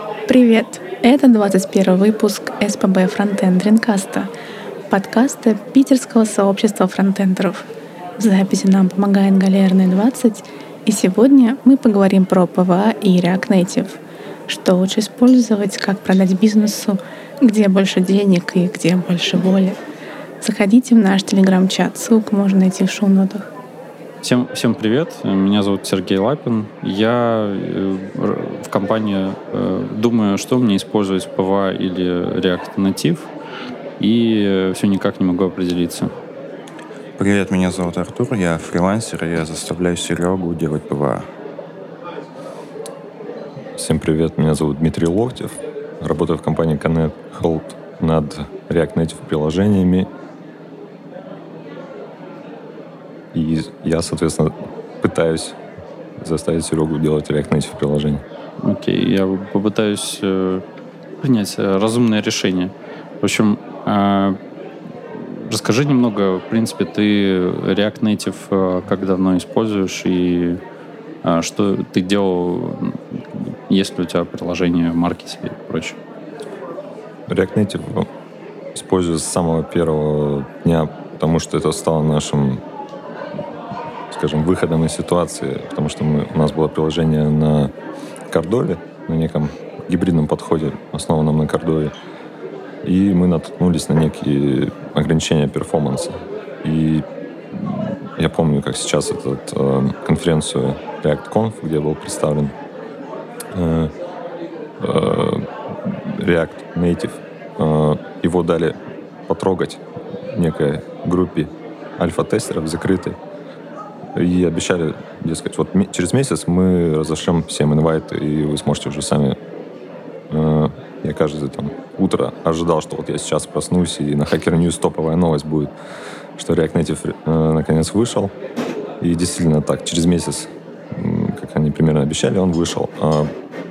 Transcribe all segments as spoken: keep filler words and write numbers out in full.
Привет! Это двадцать первый выпуск эс пэ бэ Frontend Dreamcast, подкаста питерского сообщества фронтендеров. В записи нам помогает Галерная двадцать, и сегодня мы поговорим про пи ви эй и React Native. Что лучше использовать, как продать бизнесу, где больше денег и где больше воли. Заходите в наш телеграм-чат, ссылку можно найти в шоу-нотах. Всем, всем привет, меня зовут Сергей Лапин. Я э, в компании э, думаю, что мне использовать пи ви эй или React Native, и э, все никак не могу определиться. Привет, меня зовут Артур, я фрилансер, и я заставляю Серегу делать пи ви эй. Всем привет, меня зовут Дмитрий Локтев, работаю в компании Connect Help над React Native приложениями. И я, соответственно, пытаюсь заставить Серегу делать React Native приложение. Окей, okay, я попытаюсь э, принять разумное решение. В общем, э, расскажи немного, в принципе, ты React Native э, как давно используешь и э, что ты делал, есть ли у тебя приложение в маркете и прочее? React Native использую с самого первого дня, потому что это стало нашим, скажем, выходом из ситуации, потому что мы, у нас было приложение на Кардове, на неком гибридном подходе, основанном на Кардове, и мы наткнулись на некие ограничения перформанса. И я помню, как сейчас эту э, конференцию ReactConf, где был представлен э, э, React Native, э, его дали потрогать некой группе альфа-тестеров закрытой, и обещали, дескать, вот м- через месяц мы разошлем всем инвайты, и вы сможете уже сами... Э, я каждое там утро ожидал, что вот я сейчас проснусь, и на Hacker News топовая новость будет, что React Native э, наконец вышел. И действительно так, через месяц, э, как они примерно обещали, он вышел. Э,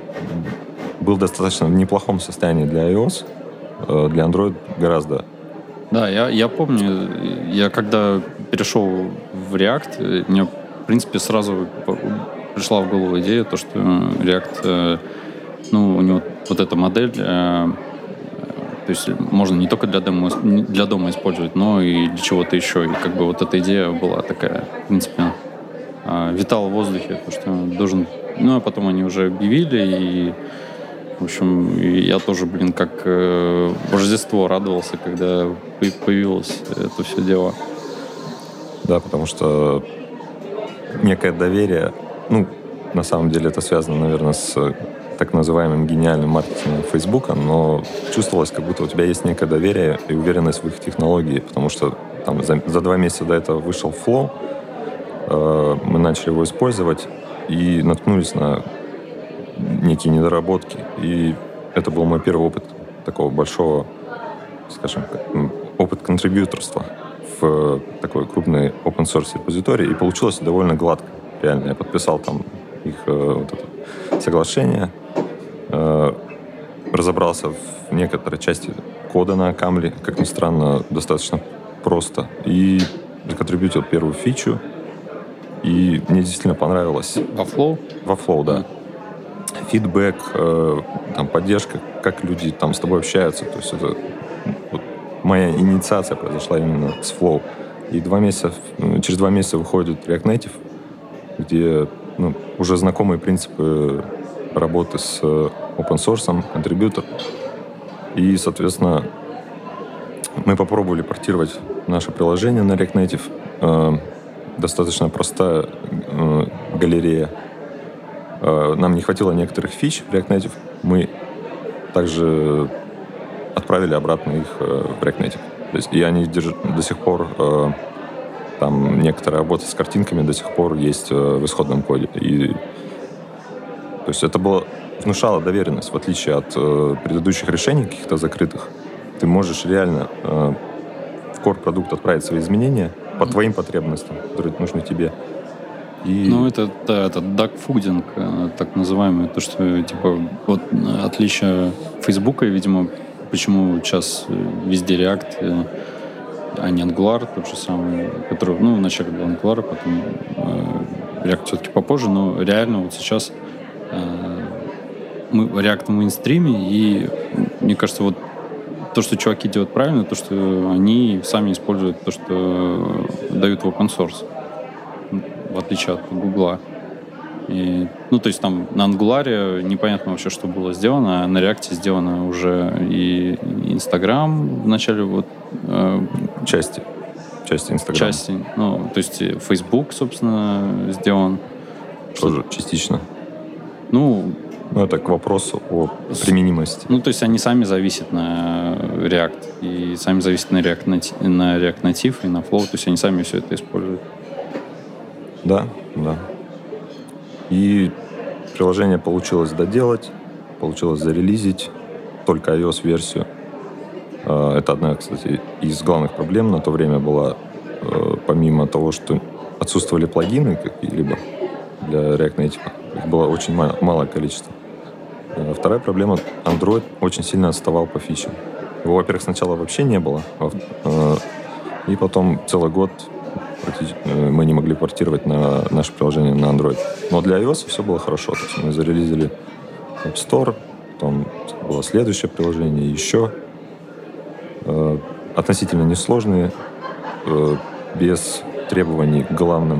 был достаточно в неплохом состоянии для iOS, э, для Android гораздо. Да, я, я помню, я когда перешел в React, мне, в принципе, сразу пришла в голову идея, то, что React, ну, у него вот эта модель, то есть можно не только для дома, для дома использовать, но и для чего-то еще. И как бы вот эта идея была такая, в принципе, витала в воздухе, то, что должен... Ну, а потом они уже объявили, и в общем, я тоже, блин, как э, в Рождество радовался, когда появилось это все дело. Да, потому что некое доверие, ну, на самом деле это связано, наверное, с так называемым гениальным маркетингом Фейсбука, но чувствовалось, как будто у тебя есть некое доверие и уверенность в их технологии, потому что там за, за два месяца до этого вышел Flow, э, мы начали его использовать и наткнулись на некие недоработки. И это был мой первый опыт такого большого, скажем, опыт контрибьюторства в такой крупный open-source репозиторий. И получилось довольно гладко. Реально, я подписал там их вот это соглашение, разобрался в некоторой части кода на Камле, как ни странно, достаточно просто. И законтрибьютил первую фичу. И мне действительно понравилось. Во Flow? Во Flow, да. Фидбэк, э, там, поддержка, как люди там с тобой общаются. То есть это вот, моя инициация произошла именно с Flow. И два месяца, через два месяца выходит React Native, где ну, уже знакомые принципы работы с open source, контрибьютор. И, соответственно, мы попробовали портировать наше приложение на React Native. Э, достаточно простая э, галерея. Нам не хватило некоторых фич в React Native. Мы также отправили обратно их в React Native. То есть, и они держ... до сих пор, там некоторая работа с картинками до сих пор есть в исходном коде. И, то есть это было, внушало доверенность, в отличие от предыдущих решений каких-то закрытых. Ты можешь реально в core-продукт отправить свои изменения по твоим потребностям, которые нужны тебе. И... Ну, это, да, это дагфудинг, так называемый, то, что, типа, вот отличие Фейсбука, видимо, почему сейчас везде React, а не Angular, тот же самый, который, ну, вначале был Angular, потом э, React все-таки попозже, но реально вот сейчас э, мы React в мейнстриме, и мне кажется, вот то, что чуваки делают правильно, то, что они сами используют то, что дают в open source, в отличие от Гугла. И, ну, то есть там на Angular непонятно вообще, что было сделано, а на React сделано уже и Instagram в начале вот... Э, части. Части Instagram. Части. Ну, то есть Facebook, собственно, сделан. Тоже частично. Ну... Ну, это к вопросу о применимости. Ну, то есть они сами зависят на React, и сами зависят на React Native, на React Native и на Flow, то есть они сами все это используют. Да, да. И приложение получилось доделать, получилось зарелизить только iOS-версию. Это одна, кстати, из главных проблем на то время была, помимо того, что отсутствовали плагины какие-либо для React Native. Их было очень мало, малое количество. Вторая проблема — Android очень сильно отставал по фичам. Его, во-первых, сначала вообще не было, и потом целый год мы не могли портировать на наше приложение на Android. Но для iOS все было хорошо. То есть мы зарелизили App Store, потом было следующее приложение, еще относительно несложные, без требований к главным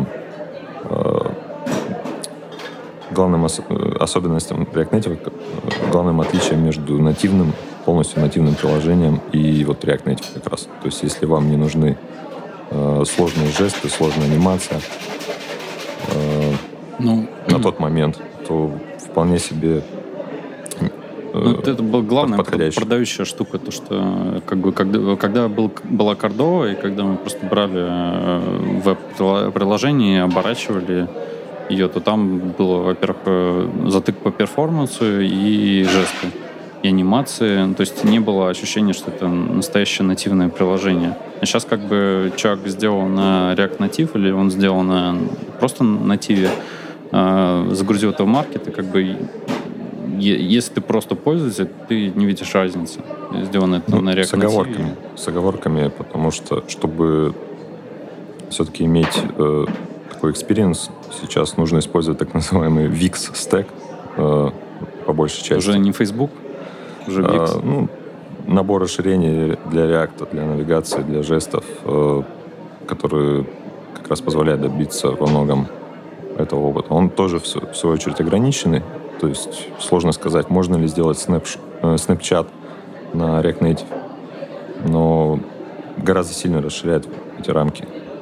главным ос- особенностям React Native, главным отличием между нативным, полностью нативным приложением и вот React Native как раз. То есть если вам не нужны э, сложные жесты, сложная анимация э, ну, на тот момент, то вполне себе э, ну, это была главная подходящий. продающая штука, то что как бы, когда, когда был, была Cordova, и когда мы просто брали веб-приложение и оборачивали ее, то там было, во-первых, затык по перформансу и жесты, и анимации. То есть не было ощущения, что это настоящее нативное приложение. А сейчас как бы человек сделал на React Native, или он сделал на просто нативе, э, загрузил это в маркет, и как бы если ты просто пользователь, ты не видишь разницы. Сделано это ну, на React Native. С оговорками, с оговорками, потому что, чтобы все-таки иметь э, такой экспириенс, сейчас нужно использовать так называемый викс стек э, по большей части. Уже не Facebook, уже викс. Э, ну, набор расширений для React, для навигации, для жестов, э, которые как раз позволяют добиться во многом этого опыта. Он тоже, в, в свою очередь, ограниченный. То есть сложно сказать, можно ли сделать Snapchat, э, Snapchat на React Native, но гораздо сильно расширяет эти рамки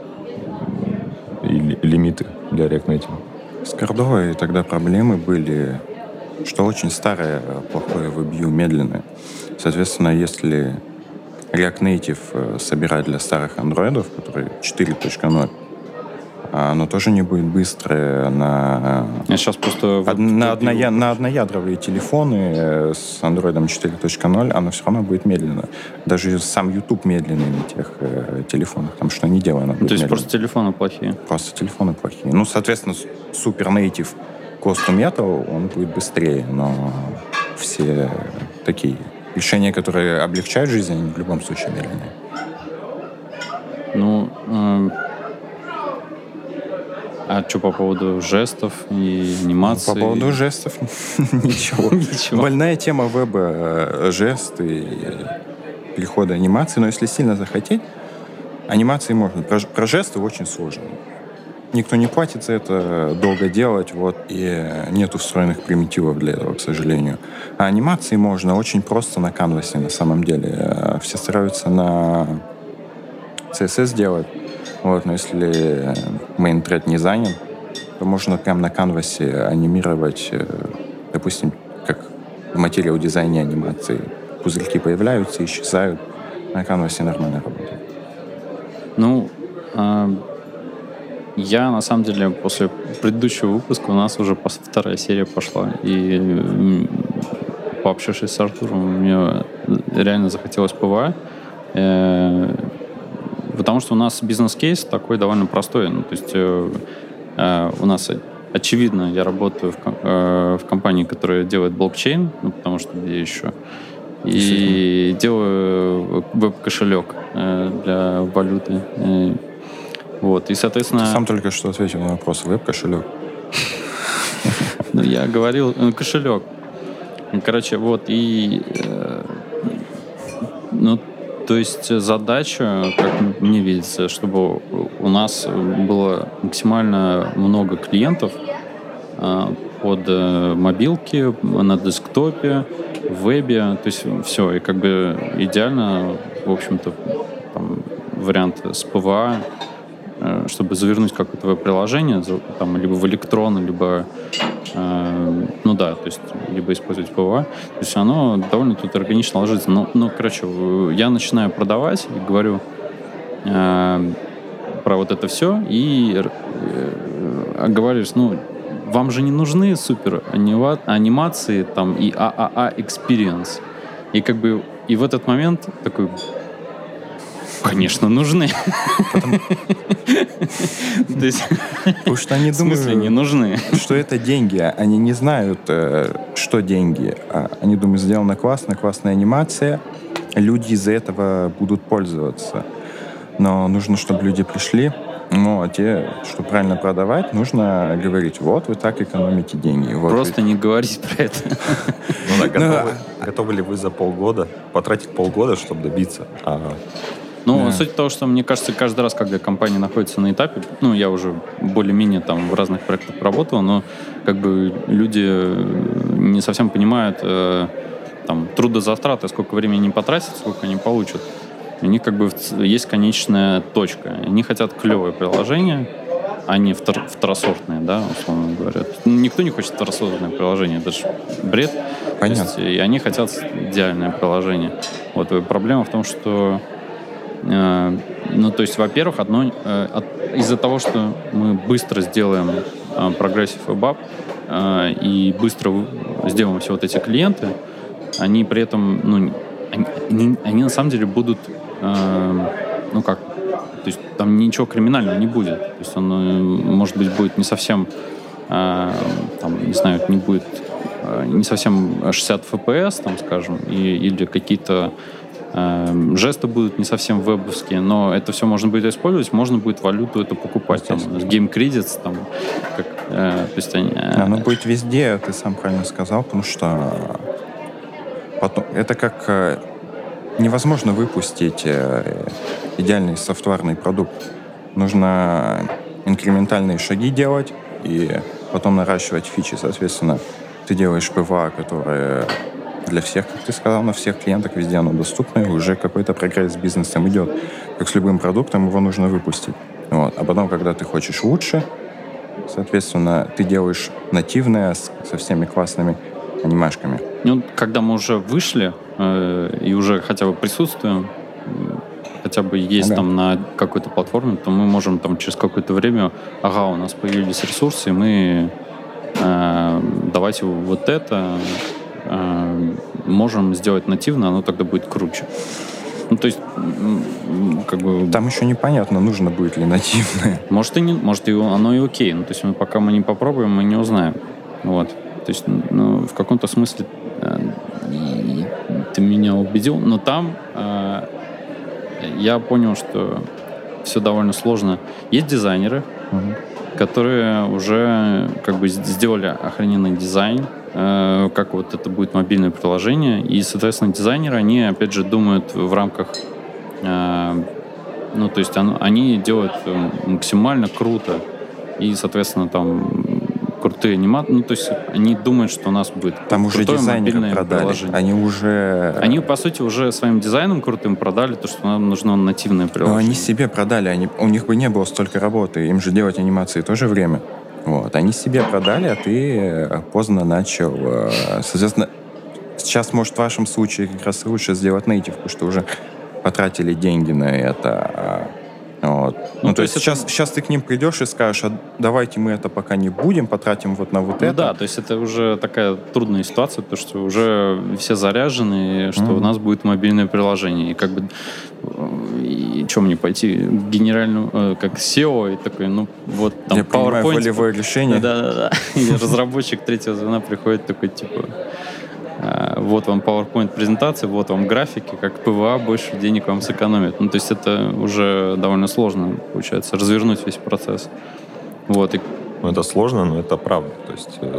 и лимиты для React Native. С Cordova тогда проблемы были, что очень старое, плохое WebView, медленное. Соответственно, если React Native собирать для старых андроидов, которые четыре точка ноль, оно тоже не будет быстрое на, а сейчас просто од, на, одноя, на одноядровые телефоны с Android четыре точка ноль, оно все равно будет медленно. Даже сам YouTube медленный на тех э, телефонах. Там что не делай, оно будет То есть медленно. просто телефоны плохие? Просто телефоны плохие. Ну, соответственно, Super Native Custom Metal, он будет быстрее, но все такие решения, которые облегчают жизнь, они в любом случае медленнее. Ну, э, а что по поводу жестов и анимации? По поводу жестов ничего. Ничего. Больная тема веба — жесты и перехода анимации. Но если сильно захотеть, анимации можно. Про, про жесты очень сложно. Никто не платит за это, долго делать, вот, и нет встроенных примитивов для этого, к сожалению. А анимации можно очень просто на канвасе, на самом деле. Все стараются на си эс эс делать. Вот, но если мейн-тред не занят, то можно прямо на канвасе анимировать, допустим, как в материал-дизайне анимации. Пузырьки появляются, исчезают. На канвасе нормально работает. Ну, э, я, на самом деле, после предыдущего выпуска у нас уже вторая серия пошла. И пообщавшись с Артуром, мне реально захотелось ПВА. Э, Потому что у нас бизнес-кейс такой довольно простой. Ну, то есть э, э, у нас, очевидно, я работаю в, э, в компании, которая делает блокчейн, ну, потому что где еще, и делаю веб-кошелек э, для валюты. Э, вот, и, соответственно... Ты сам только что ответил на вопрос. Веб-кошелек. Ну, я говорил, кошелек. Короче, вот, и... Э, ну, то есть задача, как мне видится, чтобы у нас было максимально много клиентов э, под э, мобилки, на десктопе, в вебе, то есть все, и как бы идеально, в общем-то, там, вариант с ПВА, э, чтобы завернуть какое-то веб-приложение, там, либо в электрон, либо э, ну да, то есть либо использовать ПВА, то есть оно довольно тут органично ложится. Ну, ну короче, я начинаю продавать и говорю э, про вот это все, и э, оговариваюсь, ну, вам же не нужны супер анимации там и а а а experience. И как бы и в этот момент такой, конечно, нужны. Потому что они думают, в смысле не нужны, что это деньги. Они не знают, что деньги. Они думают, сделана классно, классная анимация. Люди из-за этого будут пользоваться. Но нужно, чтобы люди пришли. Но те, что правильно продавать, нужно говорить, вот вы так экономите деньги. Вот просто вы... не говорить про это. Ну да, готовы, ну, готовы ли вы за полгода потратить полгода, чтобы добиться? А... Ну, да. Суть того, что, мне кажется, каждый раз, когда компания находится на этапе, ну, я уже более-менее там в разных проектах работал, но как бы люди не совсем понимают э, там трудозатраты, сколько времени они потратят, сколько они получат. У них как бы есть конечная точка. Они хотят клевое приложение, а не втор- второсортное, да, условно говоря. Никто не хочет второсортное приложение, это же бред. Понятно. То есть, и они хотят идеальное приложение. Вот, и проблема в том, что э, ну, то есть, во-первых, одно, э, от, из-за того, что мы быстро сделаем э, Progressive Web App э, и быстро сделаем все вот эти клиенты, они при этом, ну, они, они, они на самом деле будут э, ну как, то есть там ничего криминального не будет. То есть он, может быть, будет не совсем, э, там, не знаю, не будет э, не совсем шестьдесят эф пи эс, там, скажем, и, или какие-то э, жесты будут не совсем вебовские, но это все можно будет использовать, можно будет валюту эту покупать, там, game credits, там, как, э, то есть они... Э, Оно будет везде, ты сам правильно сказал, потому что потом, это как э, невозможно выпустить э, идеальный софтварный продукт. Нужно инкрементальные шаги делать и потом наращивать фичи. Соответственно, ты делаешь ПВА, которое для всех, как ты сказал, на всех клиентах, везде оно доступно, и уже какой-то прогресс с бизнесом идет. Как с любым продуктом, его нужно выпустить. Вот. А потом, когда ты хочешь лучше, соответственно, ты делаешь нативное с, со всеми классными анимашками. Ну, когда мы уже вышли э, и уже хотя бы присутствуем, хотя бы есть ага. там на какой-то платформе, то мы можем там через какое-то время, ага, у нас появились ресурсы, и мы э, давайте вот это э, можем сделать нативно, оно тогда будет круче. Ну, то есть, как бы... Там еще непонятно, нужно будет ли нативное. Может, и не, может, и оно и окей. Ну, то есть, мы, пока мы не попробуем, мы не узнаем. Вот. То есть, ну, в каком-то смысле э, ты меня убедил, но там э, я понял, что все довольно сложно. Есть дизайнеры, угу. которые уже как бы сделали охрененный дизайн, э, как вот это будет мобильное приложение, и, соответственно, дизайнеры, они, опять же, думают в рамках, э, ну, то есть он, они делают максимально круто, и, соответственно, там крутые анимации, ну, то есть они думают, что у нас будет там уже дизайнеры продали, они уже... Они, по сути, уже своим дизайном крутым продали то, что нам нужно нативное приложение. Но они себе продали, они, у них бы не было столько работы, им же делать анимации тоже время. Вот, они себе продали, а ты поздно начал. Соответственно, сейчас, может, в вашем случае как раз лучше сделать native, потому что уже потратили деньги на это. Вот. Ну, ну, то, то есть сейчас, это... сейчас ты к ним придешь и скажешь, а давайте мы это пока не будем, потратим вот на вот ну, это. Да, то есть это уже такая трудная ситуация, потому что уже все заряжены, что mm-hmm. у нас будет мобильное приложение. И как бы, и что мне пойти к генеральному, как сео, и такой, ну вот там Я PowerPoint. Я понимаю, волевое решение. Да-да-да. И разработчик третьего звена приходит такой, типа... Вот вам PowerPoint презентация, вот вам графики, как ПВА больше денег вам сэкономит. Ну, то есть это уже довольно сложно, получается, развернуть весь процесс. Вот. И... Ну, это сложно, но это правда. То есть э,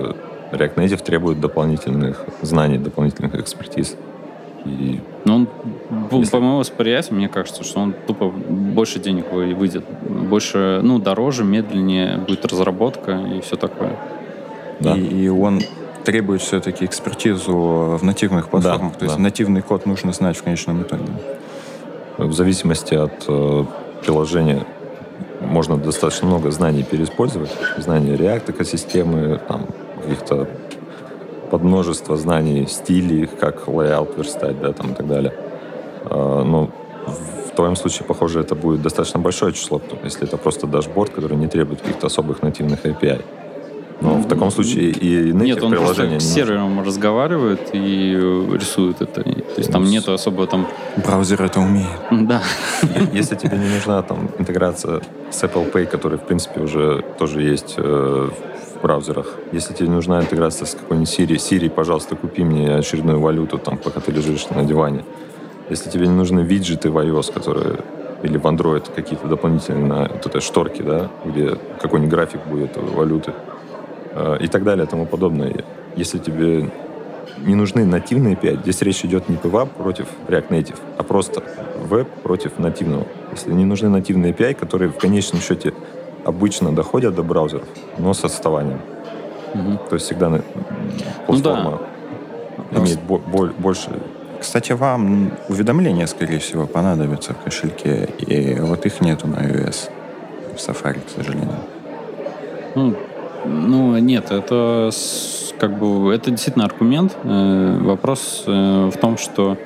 React Native требует дополнительных знаний, дополнительных экспертиз. И Ну, он, по, Если- по моему восприятию, мне кажется, что он тупо больше денег вы- выйдет. Больше, ну, дороже, медленнее будет разработка и все такое. Да. И, и он требует все-таки экспертизу в нативных платформах. Да, То есть да. нативный код нужно знать в конечном итоге. В зависимости от э, приложения можно достаточно много знаний переиспользовать. Знания React экосистемы, там, каких-то подмножество знаний, стилей, как лейаут верстать, да, там, и так далее. Э, но в твоем случае, похоже, это будет достаточно большое число, если это просто дашборд, который не требует каких-то особых нативных эй пи ай. Но в таком случае и Нет, он просто приложения с не сервером разговаривает и э, рисует это. И, то есть там Ну, нету особо там... Браузер это умеет. Да. нужно. Если тебе не нужна там интеграция с Apple Pay, который, в принципе, уже тоже есть э, в браузерах. Если тебе нужна интеграция с какой-нибудь Siri, Siri, пожалуйста, купи мне очередную валюту, там, пока ты лежишь на диване. Если тебе не нужны виджеты в iOS, которые или в Android какие-то дополнительные на вот этой шторке, да, где какой-нибудь график будет валюты, э, и так далее, и тому подобное. Если тебе не нужны нативные эй пи ай, здесь речь идет не пи веб против React Native, а просто веб против нативного. Если не нужны нативные эй пи ай, которые в конечном счете обычно доходят до браузеров, но с отставанием. Мгм. То есть всегда на- Ну да. платформа имеет бо- бо- больше... Кстати, вам уведомления, скорее всего, понадобятся в кошельке, и вот их нету на iOS в Safari, к сожалению. Ну, ну, нет, это с- как бы это действительно аргумент. Э, вопрос э, в том, что,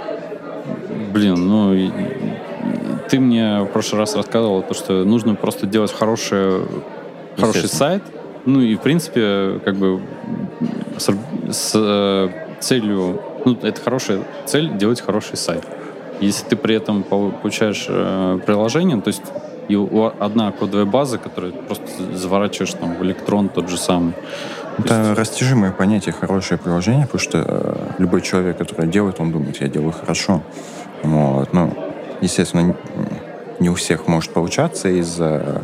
блин, ну, и- и ты мне в прошлый раз рассказывал, то, что нужно просто делать хороший, хороший Естественно. сайт. Ну и, в принципе, как бы с, с, э, целью... Ну, это хорошая цель — делать хороший сайт. Если ты при этом пол- получаешь э, приложение, то есть и у- одна кодовая база, которую ты просто заворачиваешь там в электрон тот же самый. То Это есть- растяжимое понятие «хорошее приложение», потому что э, любой человек, который делает, он думает, я делаю хорошо. Вот. Ну, естественно, н- не у всех может получаться из-за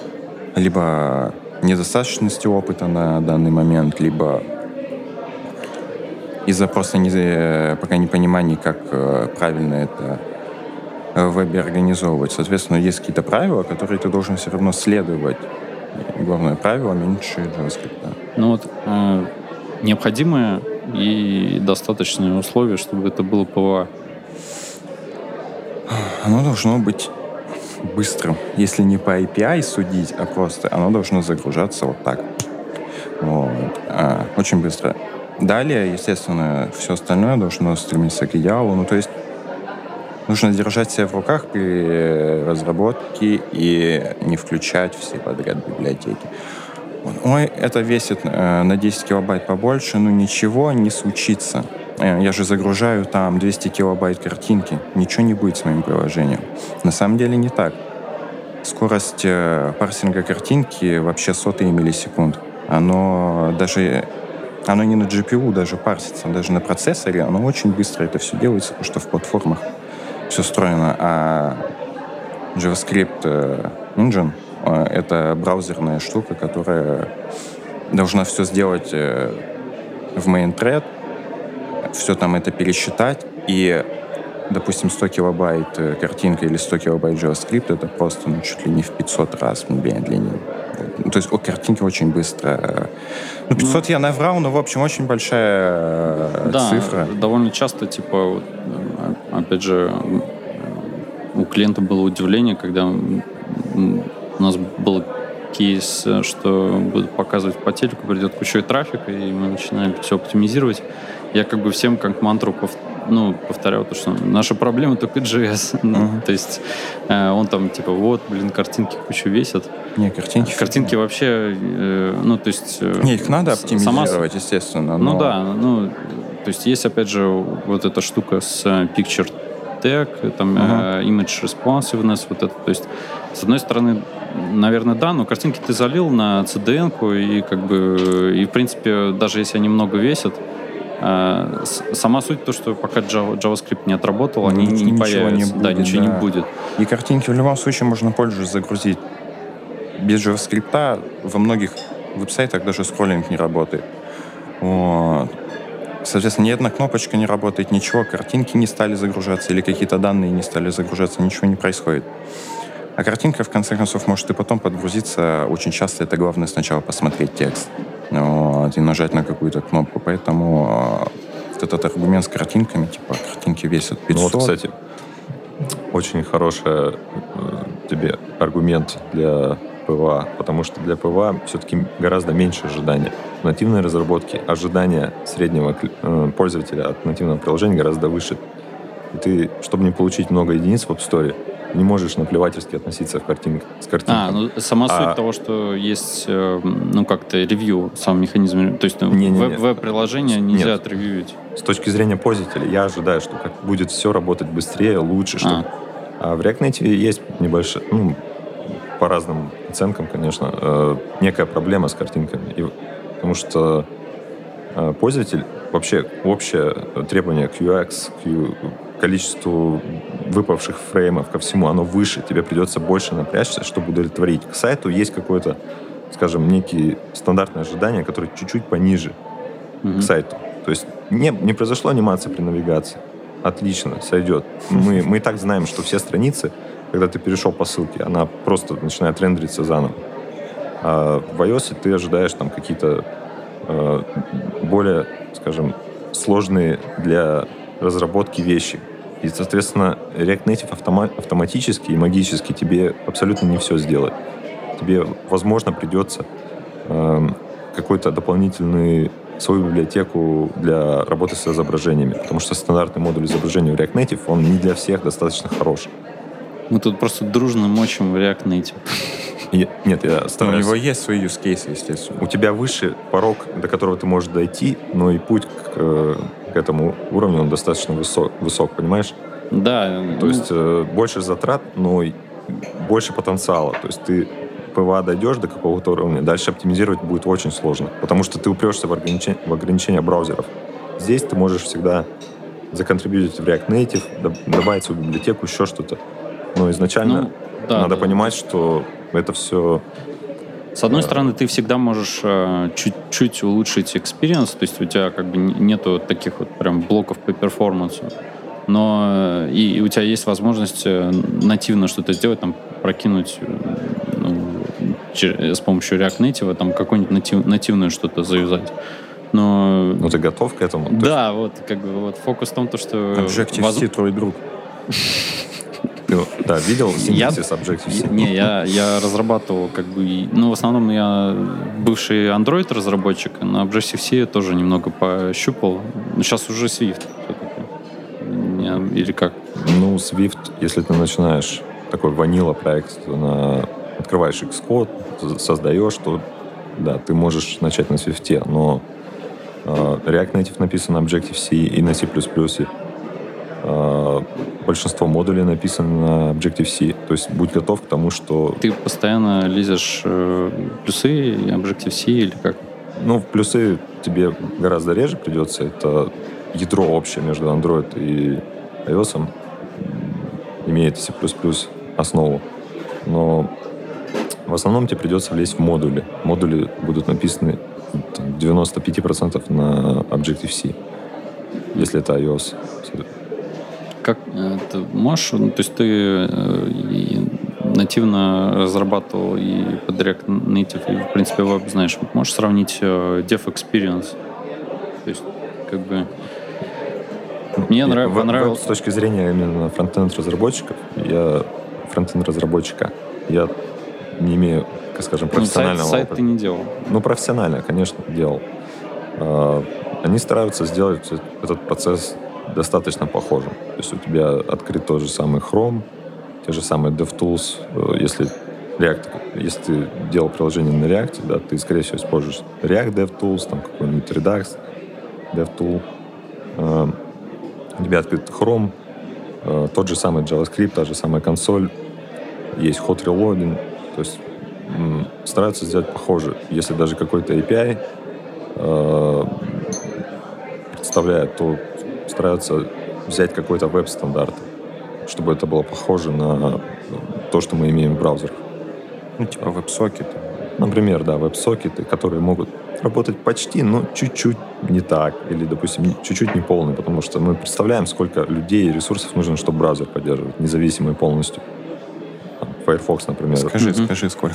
либо недостаточности опыта на данный момент, либо из-за просто не, э, пока непонимания, как э, правильно это э, в вебе организовывать. Соответственно, есть какие-то правила, которые ты должен все равно следовать. И главное правило — меньше JavaScript. Ну вот э, необходимое и достаточное условие, чтобы это было ПВА. Оно должно быть быстрым. Если не по эй пи ай судить, а просто оно должно загружаться вот так. Вот. А, очень быстро. Далее, естественно, все остальное должно стремиться к идеалу. Ну, то есть нужно держать себя в руках при разработке и не включать все подряд библиотеки. Ой, это весит э, на десять килобайт побольше, ну ничего не случится. Э, я же загружаю там двести килобайт картинки. Ничего не будет с моим приложением. На самом деле не так. Скорость э, парсинга картинки вообще сотые миллисекунд. Оно даже... Оно не на джи пи ю даже парсится, даже на процессоре. Оно очень быстро это все делается, потому что в платформах все встроено. А JavaScript э, Engine э, — это браузерная штука, которая должна все сделать э, в main thread, все там это пересчитать, и, допустим, сто килобайт э, картинка или сто килобайт JavaScript — это просто ну, чуть ли не в пятьсот раз медленнее. Вот. Ну, то есть о, картинки очень быстро. Ну, пятьсот я наврал, но, в общем, очень большая э, Да, цифра. довольно часто, типа, вот, э, опять же, у клиента было удивление, когда м, у нас был кейс, что будут показывать по телеку, придет куча трафика, и мы начинаем все оптимизировать. Я как бы всем как мантру пов- ну, повторял, то, что наша проблема только джей эс. Мгм. То есть э, он там типа, вот, блин, картинки кучу весят. Не, картинки... Картинки вообще, э, ну, то есть... э, Не, их надо с- оптимизировать, естественно. Ну но- да, ну, то есть есть, опять же, вот эта штука с э, Picture Tag, там, Ага. э, Image Responsiveness, вот это, то есть, с одной стороны, наверное, да, но картинки ты залил на си ди эн-ку, и как бы, и в принципе, даже если они много весят, э, с- сама суть то, что пока Java- JavaScript не отработал, они не, не Ничего не появятся. Да, будет, ничего не да. будет. И картинки в любом случае можно позже загрузить. Без JavaScript во многих веб-сайтах даже скроллинг не работает. Вот. Соответственно, ни одна кнопочка не работает, ничего, картинки не стали загружаться или какие-то данные не стали загружаться, ничего не происходит. А картинка, в конце концов, может и потом подгрузиться. Очень часто это главное сначала посмотреть текст, вот, и нажать на какую-то кнопку. Поэтому вот этот аргумент с картинками, типа, картинки весят пятьсот. Ну вот, кстати, очень хороший э, тебе аргумент для ПВА, потому что для ПВА все-таки гораздо меньше ожидания. В нативной разработке ожидания среднего э, пользователя от нативного приложения гораздо выше. И ты, чтобы не получить много единиц в App Store, не можешь наплевательски относиться в картинк, с картинкой. А, ну сама а, суть того, что есть, ну, как-то ревью, сам механизм, то есть не, не, веб- веб-приложение нельзя нет. отревьюить. С точки зрения пользователя, я ожидаю, что как будет все работать быстрее, лучше, что... А, а в React Native есть небольшая, ну, по разным оценкам, конечно, э, некая проблема с картинками. И, потому что э, пользователь, вообще общее требование к ю экс, к ю, количеству выпавших фреймов, ко всему, оно выше. Тебе придется больше напрячься, чтобы удовлетворить. К сайту есть какое-то, скажем, некие стандартные ожидания, которые чуть-чуть пониже mm-hmm. к сайту. То есть не, не произошло анимация при навигации. Отлично, сойдет. Мы, мы и так знаем, что все страницы, когда ты перешел по ссылке, она просто начинает рендериться заново. А в iOS ты ожидаешь там какие-то э, более, скажем, сложные для разработки вещи. И, соответственно, React Native автома- автоматически и магически тебе абсолютно не все сделает. Тебе, возможно, придется э, какой-то дополнительный свою библиотеку для работы с изображениями, потому что стандартный модуль изображения в React Native, он не для всех достаточно хорош. Мы тут просто дружно мочим в React Native. И, нет, я стараюсь... У него есть свои use cases, естественно. У тебя выше порог, до которого ты можешь дойти, но и путь к, к этому уровню, он достаточно высок, высок, понимаешь? Да. То есть э, больше затрат, но и больше потенциала. То есть ты ПВА дойдешь до какого-то уровня, дальше оптимизировать будет очень сложно, потому что ты упрешься в, ограничен... в ограничения браузеров. Здесь ты можешь всегда законтрибьютить в React Native, добавить свою библиотеку, еще что-то. Но изначально ну, да, надо да. понимать, что это все... С одной стороны, ты всегда можешь э, чуть-чуть улучшить experience, то есть у тебя как бы нету таких вот прям блоков по перформансу, но э, и, и у тебя есть возможность э, нативно что-то сделать, там, прокинуть ну, чер- с помощью React Native, там, какое-нибудь натив- нативное что-то завязать. Но... Ну, ты готов к этому? Да, вот, как бы, вот фокус в том, то, что... Objective-C воз... твой друг. Ну, да, видел синтезис Objective-C? Не, я, я разрабатывал как бы... Ну, в основном я бывший Android-разработчик, на Objective-C тоже немного пощупал. Но сейчас уже Swift все-таки. Или как? Ну, Swift, если ты начинаешь такой ванила проект, на... открываешь Xcode, создаешь, то да, ты можешь начать на Swift, но uh, React Native написан на Objective-C и на C++. Uh, большинство модулей написано на Objective-C. То есть будь готов к тому, что... Ты постоянно лезешь э, плюсы Objective-C или как? Ну, в плюсы тебе гораздо реже придется. Это ядро общее между Android и iOS. Имеет C++ основу. Но в основном тебе придется влезть в модули. Модули будут написаны там, девяносто пять процентов на Objective-C, если это iOS. Как ты можешь, ну, то есть ты э, и нативно разрабатывал и под React Native, и, в принципе, веб знаешь, можешь сравнить э, Dev Experience? То есть, как бы... Мне нрав... понравилось... С точки зрения именно фронтенд разработчиков, я фронтенд разработчика, я не имею, как скажем, профессионального ну, сайт, опыта. Сайт ты не делал? Ну, профессионально, конечно, делал. Они стараются сделать этот процесс достаточно похожим. То есть у тебя открыт тот же самый Chrome, те же самые DevTools. Если React, если ты делал приложение на React, да, ты, скорее всего, используешь React DevTools, там какой-нибудь Redux DevTool. У тебя открыт Chrome, тот же самый JavaScript, та же самая консоль, есть hot reloading. То есть стараются сделать похоже. Если даже какой-то эй пи ай представляет, то стараются взять какой-то веб-стандарт, чтобы это было похоже на то, что мы имеем в браузерах. Ну, типа веб-сокеты. Например, да, веб-сокеты, которые могут работать почти, но чуть-чуть не так. Или, допустим, чуть-чуть не полный, потому что мы представляем, сколько людей и ресурсов нужно, чтобы браузер поддерживать, независимый полностью. Там, Firefox, например. Скажи, Мгм. скажи, сколько.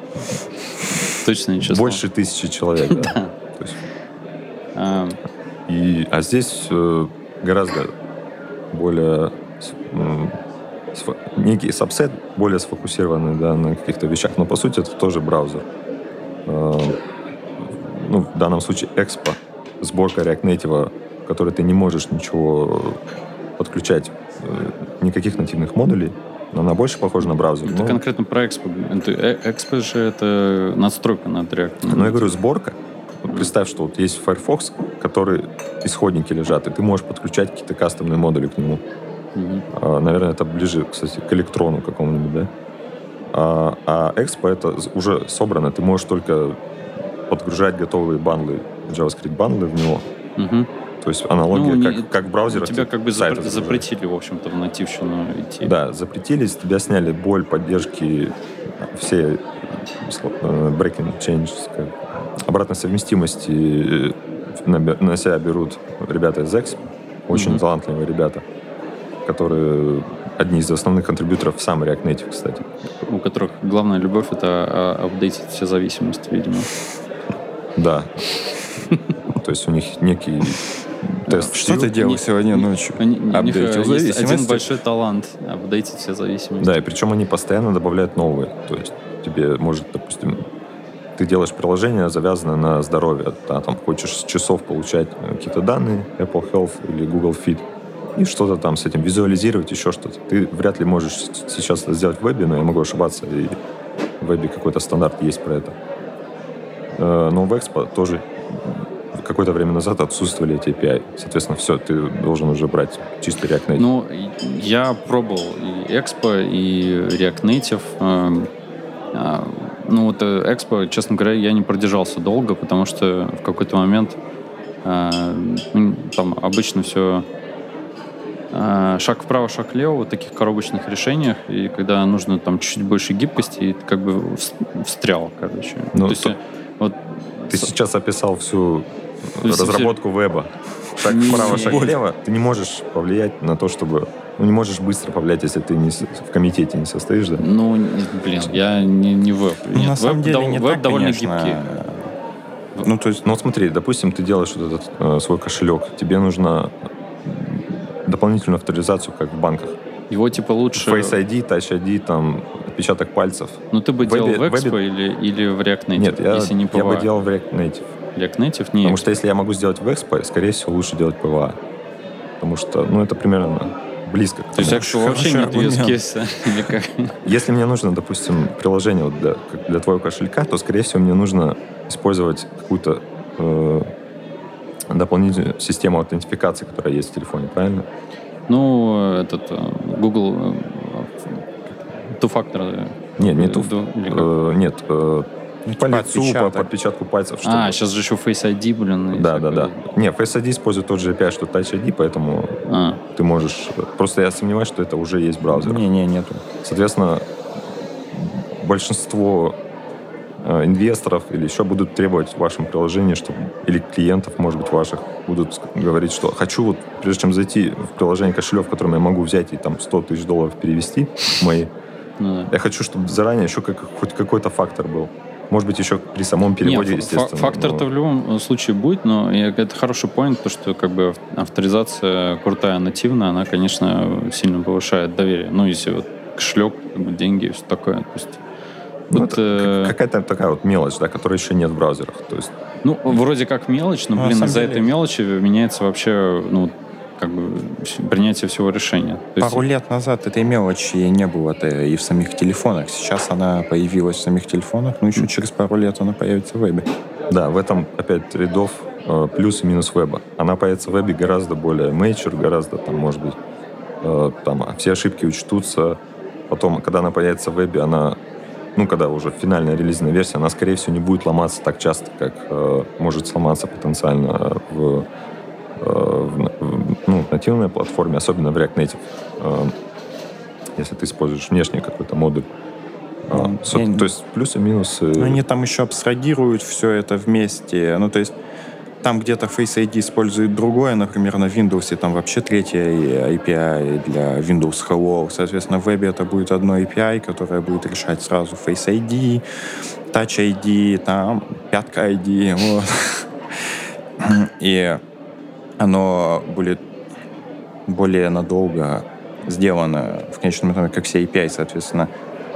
Точно число. Больше тысячи человек, да. То есть, А, и, а здесь э, гораздо более с- м, сфо- некий сабсет, более сфокусированный, да, на каких-то вещах. Но по сути это тоже браузер. Э, ну, в данном случае Expo, сборка React Native, в которой ты не можешь ничего подключать, э, никаких нативных модулей. Но она больше похожа на браузер. это Ну, конкретно про Expo. Это, э, Expo же это надстройка над React. Но я говорю, сборка. Вот представь, что вот есть Firefox, который исходники лежат, и ты можешь подключать какие-то кастомные модули к нему. Мгм. А, наверное, это ближе, кстати, к электрону какому-нибудь, да? А, а Expo это з- уже собрано. Ты можешь только подгружать готовые бандлы, JavaScript бандлы в него. Мгм. То есть аналогия, Ну, как, не- как в браузерах. Тебя ты как бы сайты запр- загружаешь. запретили, в общем-то, в нативщину идти. Да, запретили, с тебя сняли боль поддержки, все э, сло- э, breaking changes, как обратной совместимости э, на, бе- на себя берут ребята из Expo, очень Мгм. талантливые ребята, которые одни из основных контрибьюторов в сам React Native, кстати. У которых главная любовь — это а, апдейтить все зависимости, видимо. Да. То есть у них некий тест. Что ты делал не- сегодня ночью? Они- у них, э, Апдейтил есть один зависимости? большой талант — апдейтить все зависимости. Да, и причем они постоянно добавляют новые. То есть тебе может, допустим, ты делаешь приложение, завязанное на здоровье. Да, там хочешь с часов получать э, какие-то данные, Apple Health или Google Fit, и что-то там с этим визуализировать, еще что-то. Ты вряд ли можешь с- сейчас это сделать в вебе, но я могу ошибаться, и в вебе какой-то стандарт есть про это. Э, Но в Expo тоже какое-то время назад отсутствовали эти эй пи ай. Соответственно, все, ты должен уже брать чистый React Native. Ну, я пробовал и Expo, и React Native. Эм, а, Ну, вот э, Expo, честно говоря, я не продержался долго, потому что в какой-то момент э, ну, там обычно все э, шаг вправо, шаг влево, вот таких коробочных решениях, и когда нужно там чуть-чуть больше гибкости, и ты как бы вс- встрял, короче. Ну, То есть, то- э, вот Ты сейчас описал всю То есть разработку веба. Шаг Не- вправо, шаг не- влево. Ты не можешь повлиять на то, чтобы... Ну, не можешь быстро повлиять, если ты не с- в комитете не состоишь, да? Ну, не- блин, я не, не веб. Ну, Нет, на самом веб, деле дов- не веб так, довольно конечно. гибкий. Ну, то есть, Ну, вот смотри, допустим, ты делаешь вот этот э, свой кошелек. Тебе нужно дополнительную авторизацию, как в банках. Его типа лучше... Face ай ди, Touch ай ди, там, отпечаток пальцев. Ну, ты бы В делал вебе- в Expo вебе- или, или в React Native, Нет, я, если не я бы пи ви эй. делал в React Native. React Native не Потому что если я могу сделать в Expo, скорее всего, лучше делать пи ви эй. Потому что, ну, это примерно близко к То есть тому. Expo вообще Хороший нет use аргумент. case, или как? Если мне нужно, допустим, приложение вот для, как для твоего кошелька, то, скорее всего, мне нужно использовать какую-то э, дополнительную систему аутентификации, которая есть в телефоне, правильно? Ну, этот э, Google э, two-factor. Нет, не э, ту, ду- или как? э, нет, э, ну, по типа лицу, по, отпечаток. по отпечатку пальцев. А, чтобы- сейчас же еще Face ай ди, блин. и Да, да, всякое. да. Не, Face ай ди использует тот же эй пи ай, что Touch ай ди, поэтому А, ты можешь... Просто я сомневаюсь, что это уже есть в браузере. Не-не, нету. Соответственно, большинство э, инвесторов или еще будут требовать в вашем приложении, чтобы, или клиентов, может быть, ваших, будут говорить, что хочу, вот, прежде чем зайти в приложение кошелек, в котором я могу взять и там сто тысяч долларов перевести мои, ну да. я хочу, чтобы заранее еще как, хоть какой-то фактор был. Может быть, еще при самом переводе, Не, фа- естественно. фактор-то но- в любом случае будет, но я- это хороший point, то, что как бы авторизация крутая, нативная, она, конечно, сильно повышает доверие. Ну, если вот кошелек, как бы деньги и все такое. То есть, Ну, вот, это э, как- какая-то такая вот мелочь, да, которой еще нет в браузерах. То есть, ну, вроде как мелочь, но, Ну, на блин, самом из-за деле- этой мелочи меняется вообще, ну, как бы вс- принятие всего решения. То есть- Пару лет назад этой мелочи не было-то и в самих телефонах. Сейчас она появилась в самих телефонах, но еще через пару лет она появится в вебе. да, в этом опять трейд-офф э, плюс и минус веба. Она появится в вебе гораздо более mature, гораздо там, может быть, э, там все ошибки учтутся. Потом, когда она появится в вебе, она, ну, когда уже финальная релизная версия, она, скорее всего, не будет ломаться так часто, как э, может сломаться потенциально в, э, в, в, ну, нативной платформе, особенно в React Native. Э, если ты используешь внешний какой-то модуль. А, Ну, со- я- То есть плюсы, минусы. Ну, они там еще абстрагируют все это вместе. Ну, то есть там где-то Face ай ди использует другое, например, на Windows там вообще третья эй пи ай для Windows Hello. Соответственно, в вебе это будет одно эй пи ай, которое будет решать сразу Face ай ди, Touch ай ди, там, пятка ай ди, вот. И оно будет более надолго сделано в конечном итоге, как все эй пи ай, соответственно,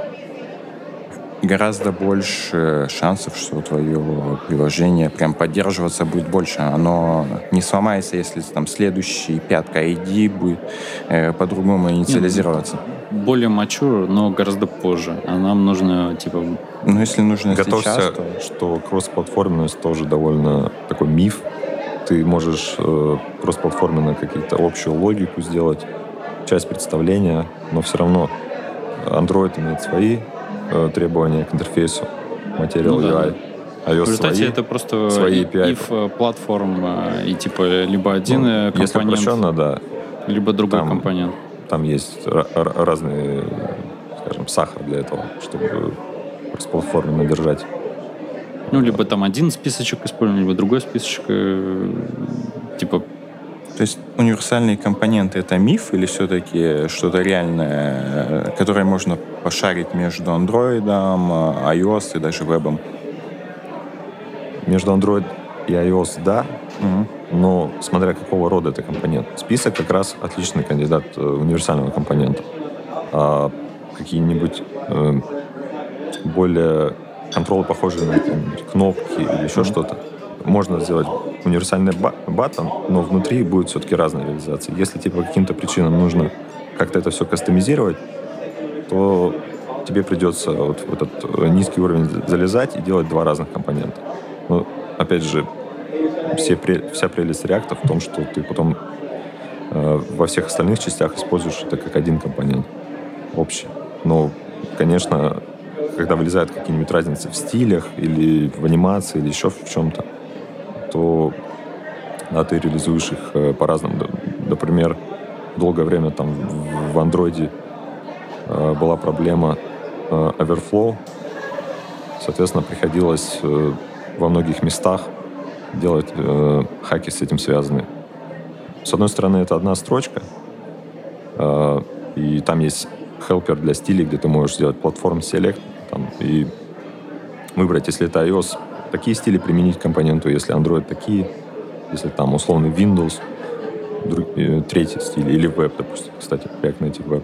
гораздо больше шансов, что твое приложение прям поддерживаться будет больше. Оно не сломается, если там следующий пятка ай ди будет э, по-другому инициализироваться. Более mature, но гораздо позже. А нам нужно, типа... Но если нужно Готовься, сейчас, то... что кроссплатформенность тоже довольно такой миф. Ты можешь э, кроссплатформенно какие-то общую логику сделать, часть представления, но все равно Android имеет свои э, требования к интерфейсу, Material Ну да. ю ай, В iOS результате свои. это просто свои эй пи ай. if платформ, и типа либо один Ну, если компонент, упрощенно, да, либо другой там- компонент. там есть ра- ра- разные, скажем, сахар для этого, чтобы кроссплатформенно держать. Ну, либо там один списочек используем, либо другой списочек. э, Типа, То есть универсальные компоненты — это миф или все-таки что-то реальное, э, которое можно пошарить между Android, iOS и даже вебом? Между Android и iOS, да, Мгм. но смотря какого рода это компонент. Список как раз отличный кандидат э, универсального компонента. А какие-нибудь э, более контролы, похожие на какие-нибудь кнопки или еще что-то, можно сделать универсальный ба- баттон, но внутри будет все-таки разная реализация. Если тебе по каким-то причинам нужно как-то это все кастомизировать, то тебе придется вот в этот э, низкий уровень залезать и делать два разных компонента. Но, опять же, все пре- вся прелесть React в том, что ты потом э, во всех остальных частях используешь это как один компонент общий. Но, конечно, когда вылезают какие-нибудь разницы в стилях или в анимации, или еще в чем-то, то да, ты реализуешь их э, по-разному. Д- Например, долгое время там в- в Android э, была проблема э, overflow. Соответственно, приходилось э, во многих местах делать э, хаки с этим связанные. С одной стороны, это одна строчка, э, и там есть хелпер для стилей, где ты можешь сделать платформ select там, и выбрать, если это iOS, такие стили применить к компоненту, если Android такие, если там условный Windows, друг, э, третий стиль, или веб, допустим, кстати, React Native Web.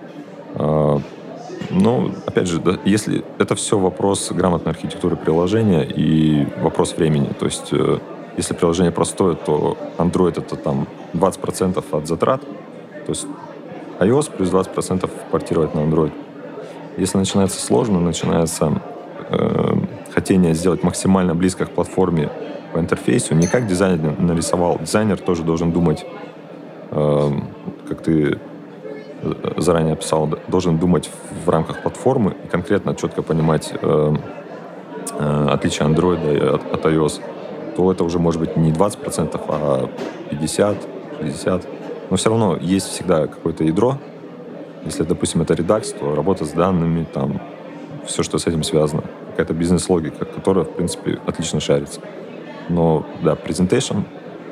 А, ну, опять же, да, если это все вопрос грамотной архитектуры приложения и вопрос времени. То есть, э, если приложение простое, то Android это там двадцать процентов от затрат, то есть iOS плюс двадцать процентов портировать на Android. Если начинается сложно, начинается э, хотение сделать максимально близко к платформе по интерфейсу, не как дизайнер нарисовал. Дизайнер тоже должен думать, э, как ты заранее описал, должен думать в рамках платформы и конкретно четко понимать э, э, отличие Android от, от iOS, то это уже может быть не двадцать процентов, а пятьдесят, шестьдесят. Но все равно есть всегда какое-то ядро. Если, допустим, это Redux, то работа с данными, там, все, что с этим связано. Какая-то бизнес-логика, которая, в принципе, отлично шарится. Но, да, presentation,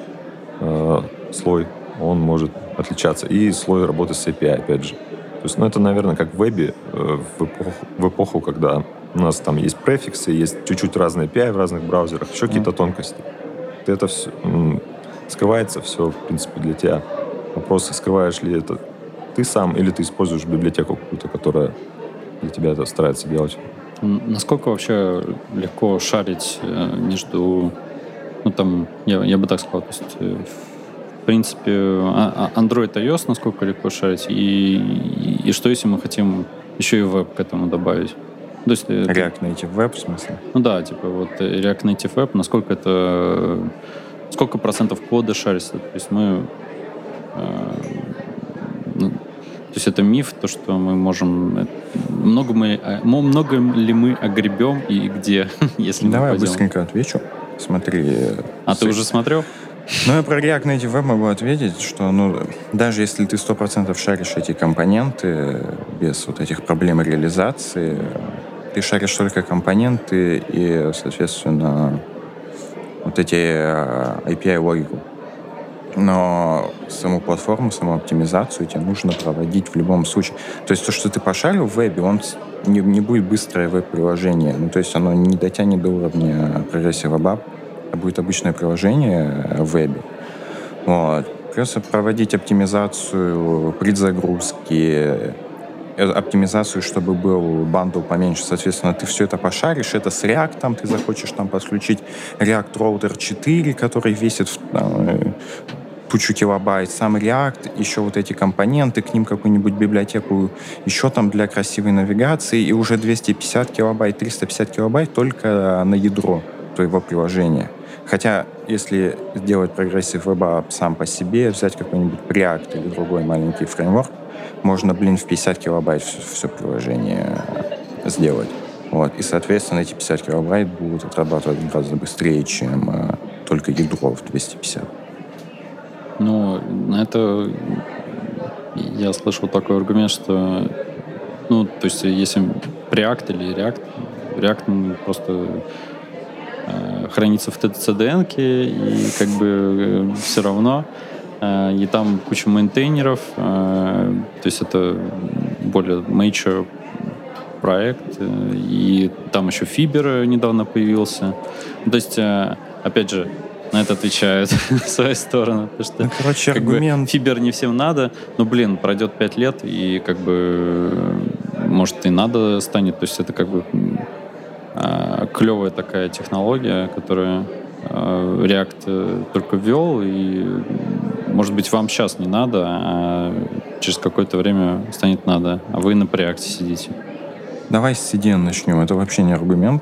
э, слой, он может отличаться. И слой работы с эй пи ай, опять же. То есть, ну, это, наверное, как в вебе, э, в, эпоху, в эпоху, когда у нас там есть префиксы, есть чуть-чуть разные эй пи ай в разных браузерах, еще mm. какие-то тонкости. И это все, м, скрывается все, в принципе, для тебя. Вопрос, скрываешь ли это ты сам, или ты используешь библиотеку какую-то, которая для тебя это старается делать. Насколько вообще легко шарить между... Ну, там, я, я бы так сказал, то есть, в принципе, Android, iOS, насколько легко шарить, и, и, и что, если мы хотим еще и веб к этому добавить? То есть, React Native Web, в смысле? Ну да, типа вот React Native Web, насколько это... Сколько процентов кода шарится? То есть мы... Ну, то есть это миф, то, что мы можем... Много, мы, много ли мы огребем и где, если Давай мы я быстренько отвечу. Смотри. А ты уже смотрел? Ну, я про React Native Web могу ответить, что ну, даже если ты сто процентов шаришь эти компоненты без вот этих проблем реализации, ты шаришь только компоненты и, соответственно, вот эти эй пи ай-логику. Но саму платформу, саму оптимизацию тебе нужно проводить в любом случае. То есть то, что ты пошарил в вебе, он не, не будет быстрое веб-приложение. Ну, то есть оно не дотянет до уровня Progressive Web App. Это будет обычное приложение в вебе. Вот. Придется проводить оптимизацию, предзагрузки, оптимизацию, чтобы был бандл поменьше. Соответственно, ты все это пошаришь. Это с React, ты захочешь там подключить React Router четыре, который весит там, кучу килобайт. Сам React, еще вот эти компоненты, к ним какую-нибудь библиотеку еще там для красивой навигации, и уже двести пятьдесят килобайт, триста пятьдесят килобайт только на ядро твоего приложения. Хотя, если сделать Progressive Web App сам по себе, взять какой-нибудь React или другой маленький фреймворк, можно, блин, в пятьдесят килобайт все, все приложение сделать. Вот. И, соответственно, эти пятьдесят килобайт будут отрабатывать гораздо быстрее, чем э, только ядро в двести пятьдесят. Ну, это... Я слышал такой аргумент, что... Ну, то есть, если Preact или React, React ну, просто э, хранится в си ди эн-ке, и как бы э, все равно... И там куча мейнтейнеров, то есть это более major проект, и там еще Fiber недавно появился. То есть, опять же, на это отвечают в свою сторону. Потому что, ну, короче, как аргумент... бы, Fiber не всем надо, но, блин, пройдет пять лет, и как бы, может, и надо станет. То есть это как бы клевая такая технология, которая React только ввел, и может быть, вам сейчас не надо, а через какое-то время станет надо, а вы на Preact сидите. Давай с си ди эн начнем. Это вообще не аргумент.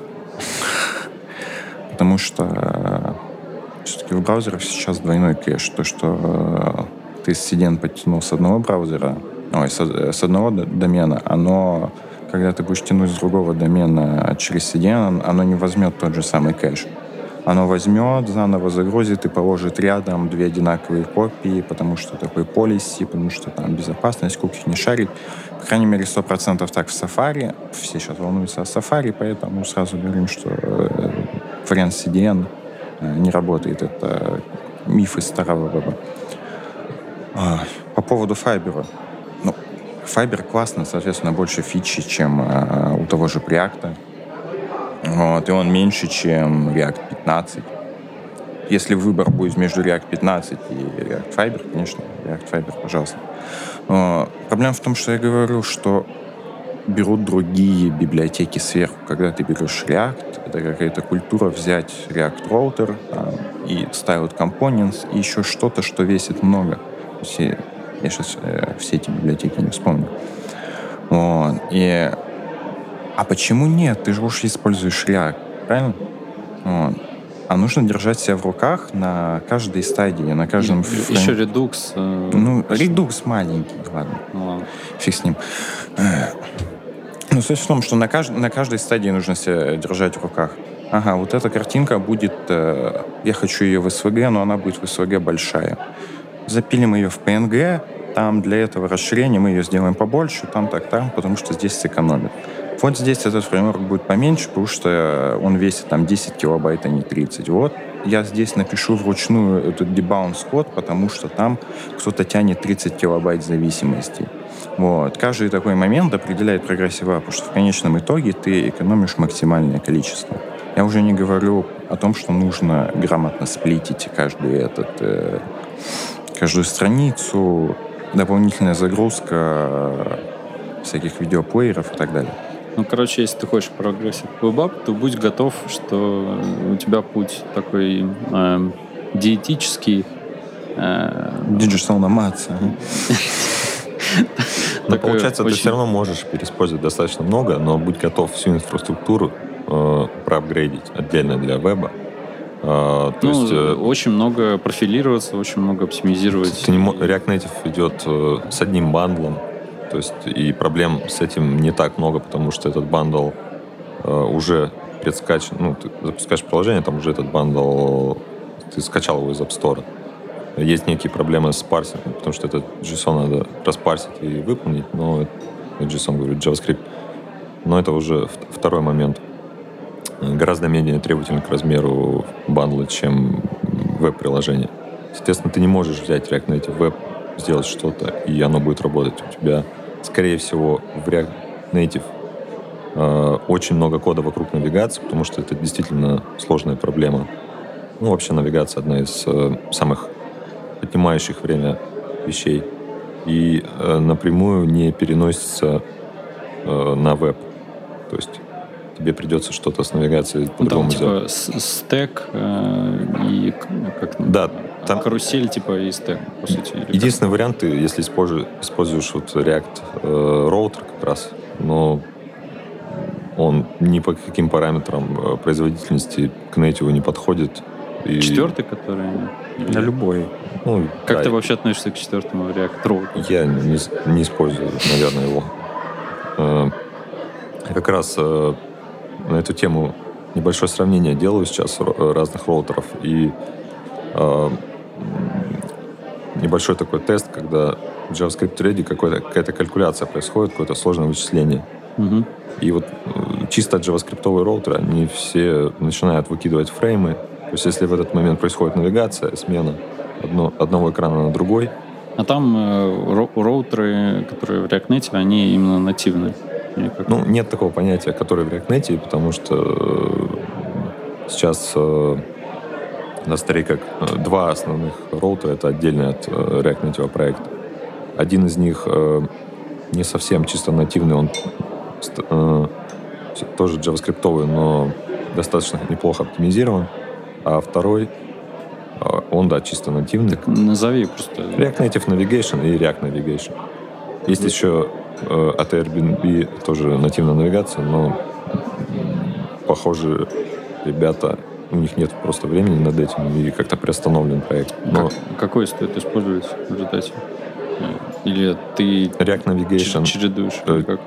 Потому что все-таки в браузерах сейчас двойной кэш. То, что ты с си ди эн подтянул с одного браузера, ой, с одного домена, оно, когда ты будешь тянуть с другого домена через си ди эн, оно не возьмет тот же самый кэш. Оно возьмет, заново загрузит и положит рядом две одинаковые копии, потому что такой полиси, потому что там безопасность, кукиш не шарит. По крайней мере, сто процентов так в Safari. Все сейчас волнуются о Safari, поэтому сразу говорим, что э, вариант си ди эн э, не работает. Это миф из старого веба. А, по поводу Fiber. Ну, Fiber классно, соответственно, больше фичи, чем э, у того же Preact. Вот, и он меньше, чем React пятнадцать. Если выбор будет между React пятнадцать и React Fiber, конечно, React Fiber, пожалуйста. Но проблема в том, что я говорю, что берут другие библиотеки сверху. Когда ты берешь React, это какая-то культура взять React Router там, и Styled Components, и еще что-то, что весит много. Все, я сейчас э, все эти библиотеки не вспомню. Вот, и а почему нет? Ты же уж используешь React, правильно? Вот. А нужно держать себя в руках на каждой стадии, на каждом... И, фрейм... Еще Redux. Э, ну, Redux маленький, ладно. Ну, ладно. Фиг с ним. Ну, суть в том, что на, кажд... на каждой стадии нужно себя держать в руках. Ага, вот эта картинка будет... Э, я хочу ее в эс ви джи, но она будет в эс ви джи большая. Запилим ее в пи эн джи, там для этого расширения мы ее сделаем побольше, там так, там, потому что здесь сэкономит. Вот здесь этот фреймворк будет поменьше, потому что он весит там десять килобайт, а не тридцать. Вот я здесь напишу вручную этот debounce код, потому что там кто-то тянет тридцать килобайт зависимостей. Вот. Каждый такой момент определяет Progressive Web, потому что в конечном итоге ты экономишь максимальное количество. Я уже не говорю о том, что нужно грамотно сплитить каждый этот, э, каждую страницу, дополнительная загрузка всяких видеоплееров и так далее. Ну, короче, если ты хочешь Progressive Web App, то будь готов, что у тебя путь такой э, диетический. Э, Digital nomad. Но получается, ты все равно можешь переиспользовать достаточно много, но будь готов всю инфраструктуру э, проапгрейдить отдельно для веба. Э, то ну, есть, э, очень много профилироваться, очень много оптимизировать. Ты не мо- React Native идет э, с одним бандлом. То есть и проблем с этим не так много, потому что этот бандл э, уже предскачан. Ну, ты запускаешь приложение, там уже этот бандл ты скачал его из App Store. Есть некие проблемы с парсингом, потому что этот JSON надо распарсить и выполнить, но JSON, говорит, JavaScript. Но это уже второй момент. Гораздо менее требовательный к размеру бандла, чем веб-приложение. Соответственно, ты не можешь взять React Native Web, сделать что-то, и оно будет работать. У тебя, скорее всего, в React Native э, очень много кода вокруг навигации, потому что это действительно сложная проблема. Ну, вообще навигация одна из э, самых отнимающих время вещей. И э, напрямую не переносится э, на веб. То есть тебе придется что-то с навигацией по-другому ну, там, сделать. Типа стек э, и как, да, там... карусель типа и стек, по сути. Единственный вариант, ты, если используешь, используешь вот React э, Router как раз, но он ни по каким параметрам производительности к native не подходит. И... Четвертый, который... На любой. Ну, как да, ты вообще относишься к четвертому React Router? Я не, не использую, наверное, его. Э, как раз э, на эту тему небольшое сравнение делаю сейчас разных роутеров. И э, небольшой такой тест, когда в JavaScript Ready какая-то калькуляция происходит, какое-то сложное вычисление. Угу. И вот чисто джаваскриптовые роутеры, они все начинают выкидывать фреймы. То есть если в этот момент происходит навигация, смена одно, одного экрана на другой. А там э, роутеры, которые в React Native, они именно нативные? Ну, нет такого понятия, который в React Native, потому что сейчас э, на столе как два основных роутера, это отдельный от э, React Native проект. Один из них э, не совсем чисто нативный, он э, тоже джаваскриптовый, но достаточно неплохо оптимизирован. А второй, э, он, да, чисто нативный. Так назови просто. React Native Navigation и React Navigation. Есть mm-hmm. еще э, от Airbnb тоже нативная навигация, но похоже, ребята, у них нет просто времени над этим, и как-то приостановлен проект. Но... Как, какой стоит использовать в результате? Или ты React Navigation чередуешь? Э, как?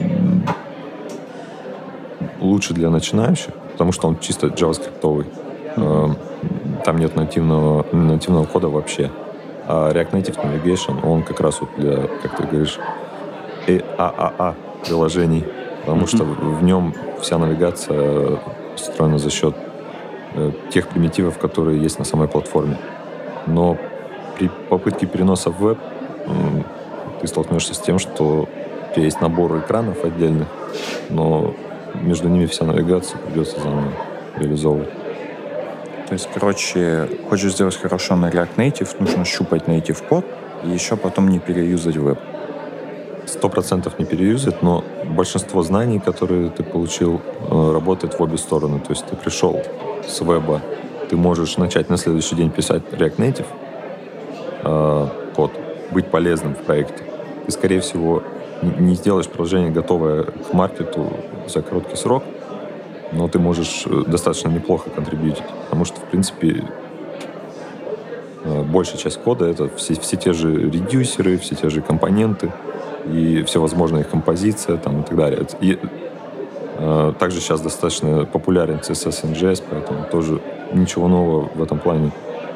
Лучше для начинающих, потому что он чисто джаваскриптовый. Mm-hmm. Там нет нативного, нативного кода вообще. А React Native Navigation, он как раз вот для, как ты говоришь, эй эй эй приложений, потому mm-hmm. что в нем вся навигация устроена за счет э, тех примитивов, которые есть на самой платформе. Но при попытке переноса в веб э, ты столкнешься с тем, что у тебя есть набор экранов отдельных, но между ними вся навигация придется заново реализовывать. То есть, короче, хочешь сделать хорошо на React Native, нужно щупать native код и еще потом не переюзать веб. Сто процентов не переюзать, но большинство знаний, которые ты получил, работает в обе стороны. То есть ты пришел с веба, ты можешь начать на следующий день писать React Native э, код, быть полезным в проекте. Ты, скорее всего, не сделаешь приложение готовое к маркету за короткий срок, но ты можешь достаточно неплохо контрибьютить, потому что, в принципе, большая часть кода — это все, все те же редюсеры, все те же компоненты и всевозможная их композиция там, и так далее. И, э, также сейчас достаточно популярен си эс эс и джей эс, поэтому тоже ничего нового в этом плане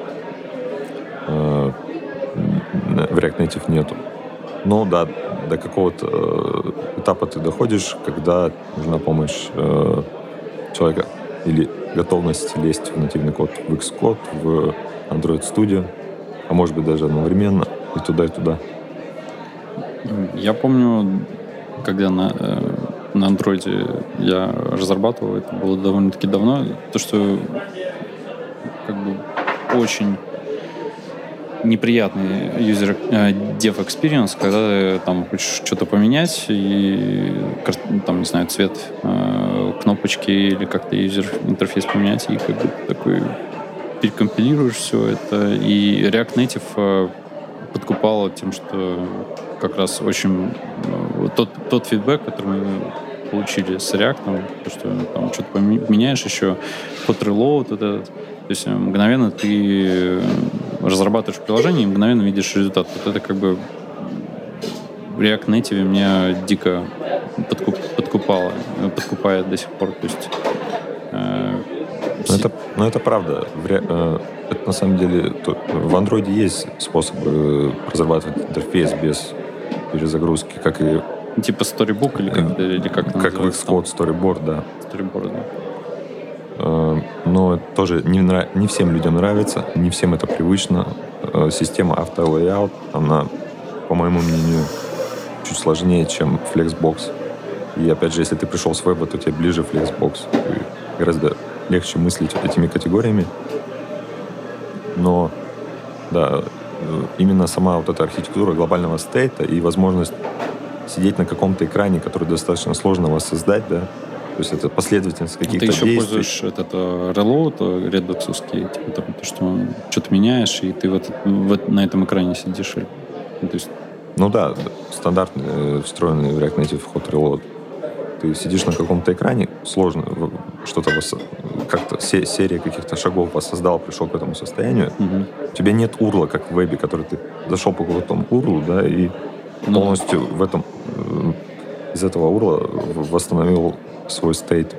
э, в React Native нету. Но да, до какого-то э, этапа ты доходишь, когда нужна помощь э, человека или готовность лезть в нативный код в Xcode, в Android Studio, а может быть даже одновременно и туда, и туда. Я помню, когда на, на Android я разрабатывал, это было довольно-таки давно, то, что как бы очень неприятный user dev experience, когда там хочешь что-то поменять и там, не знаю, цвет э, кнопочки или как-то user интерфейс поменять, и как бы такой перекомпилируешь все это. И React Native э, подкупало тем, что как раз очень э, тот, тот фидбэк, который мы получили с React, то, что там что-то поменяешь еще, под reload, это, то есть мгновенно ты разрабатываешь приложение и мгновенно видишь результат. Вот это как бы в React Native меня дико подкуп, подкупало, подкупает до сих пор. То есть э, Ну, это, ну, это правда. В ре- э, это на самом деле... То, в Android есть способы разрабатывать интерфейс без перезагрузки, как и... Типа Storybook или как, э, или как, как в Xcode Storyboard, да. Storyboard, да. Э, но тоже не, нрав... не всем людям нравится, не всем это привычно. Э, система Auto-Layout, она, по моему мнению, чуть сложнее, чем Flexbox. И опять же, если ты пришел с веба, то тебе ближе Flexbox. И гораздо легче мыслить этими категориями. Но, да, именно сама вот эта архитектура глобального стейта и возможность сидеть на каком-то экране, который достаточно сложно воссоздать, да, то есть это последовательность каких-то действий. Ты еще действий. пользуешь этот reload редоксовский, типа там, то, что что-то меняешь, и ты в этот, в, на этом экране сидишь. И, то есть... Ну да, стандартный встроенный в React Native hot reload. Ты сидишь на каком-то экране, сложно что-то, как-то серия каких-то шагов воссоздал, пришел к этому состоянию. Угу. У тебя нет урла, как в вебе, который ты зашел по какому-то урлу, да, и ну, полностью в этом, из этого урла восстановил свой стейт.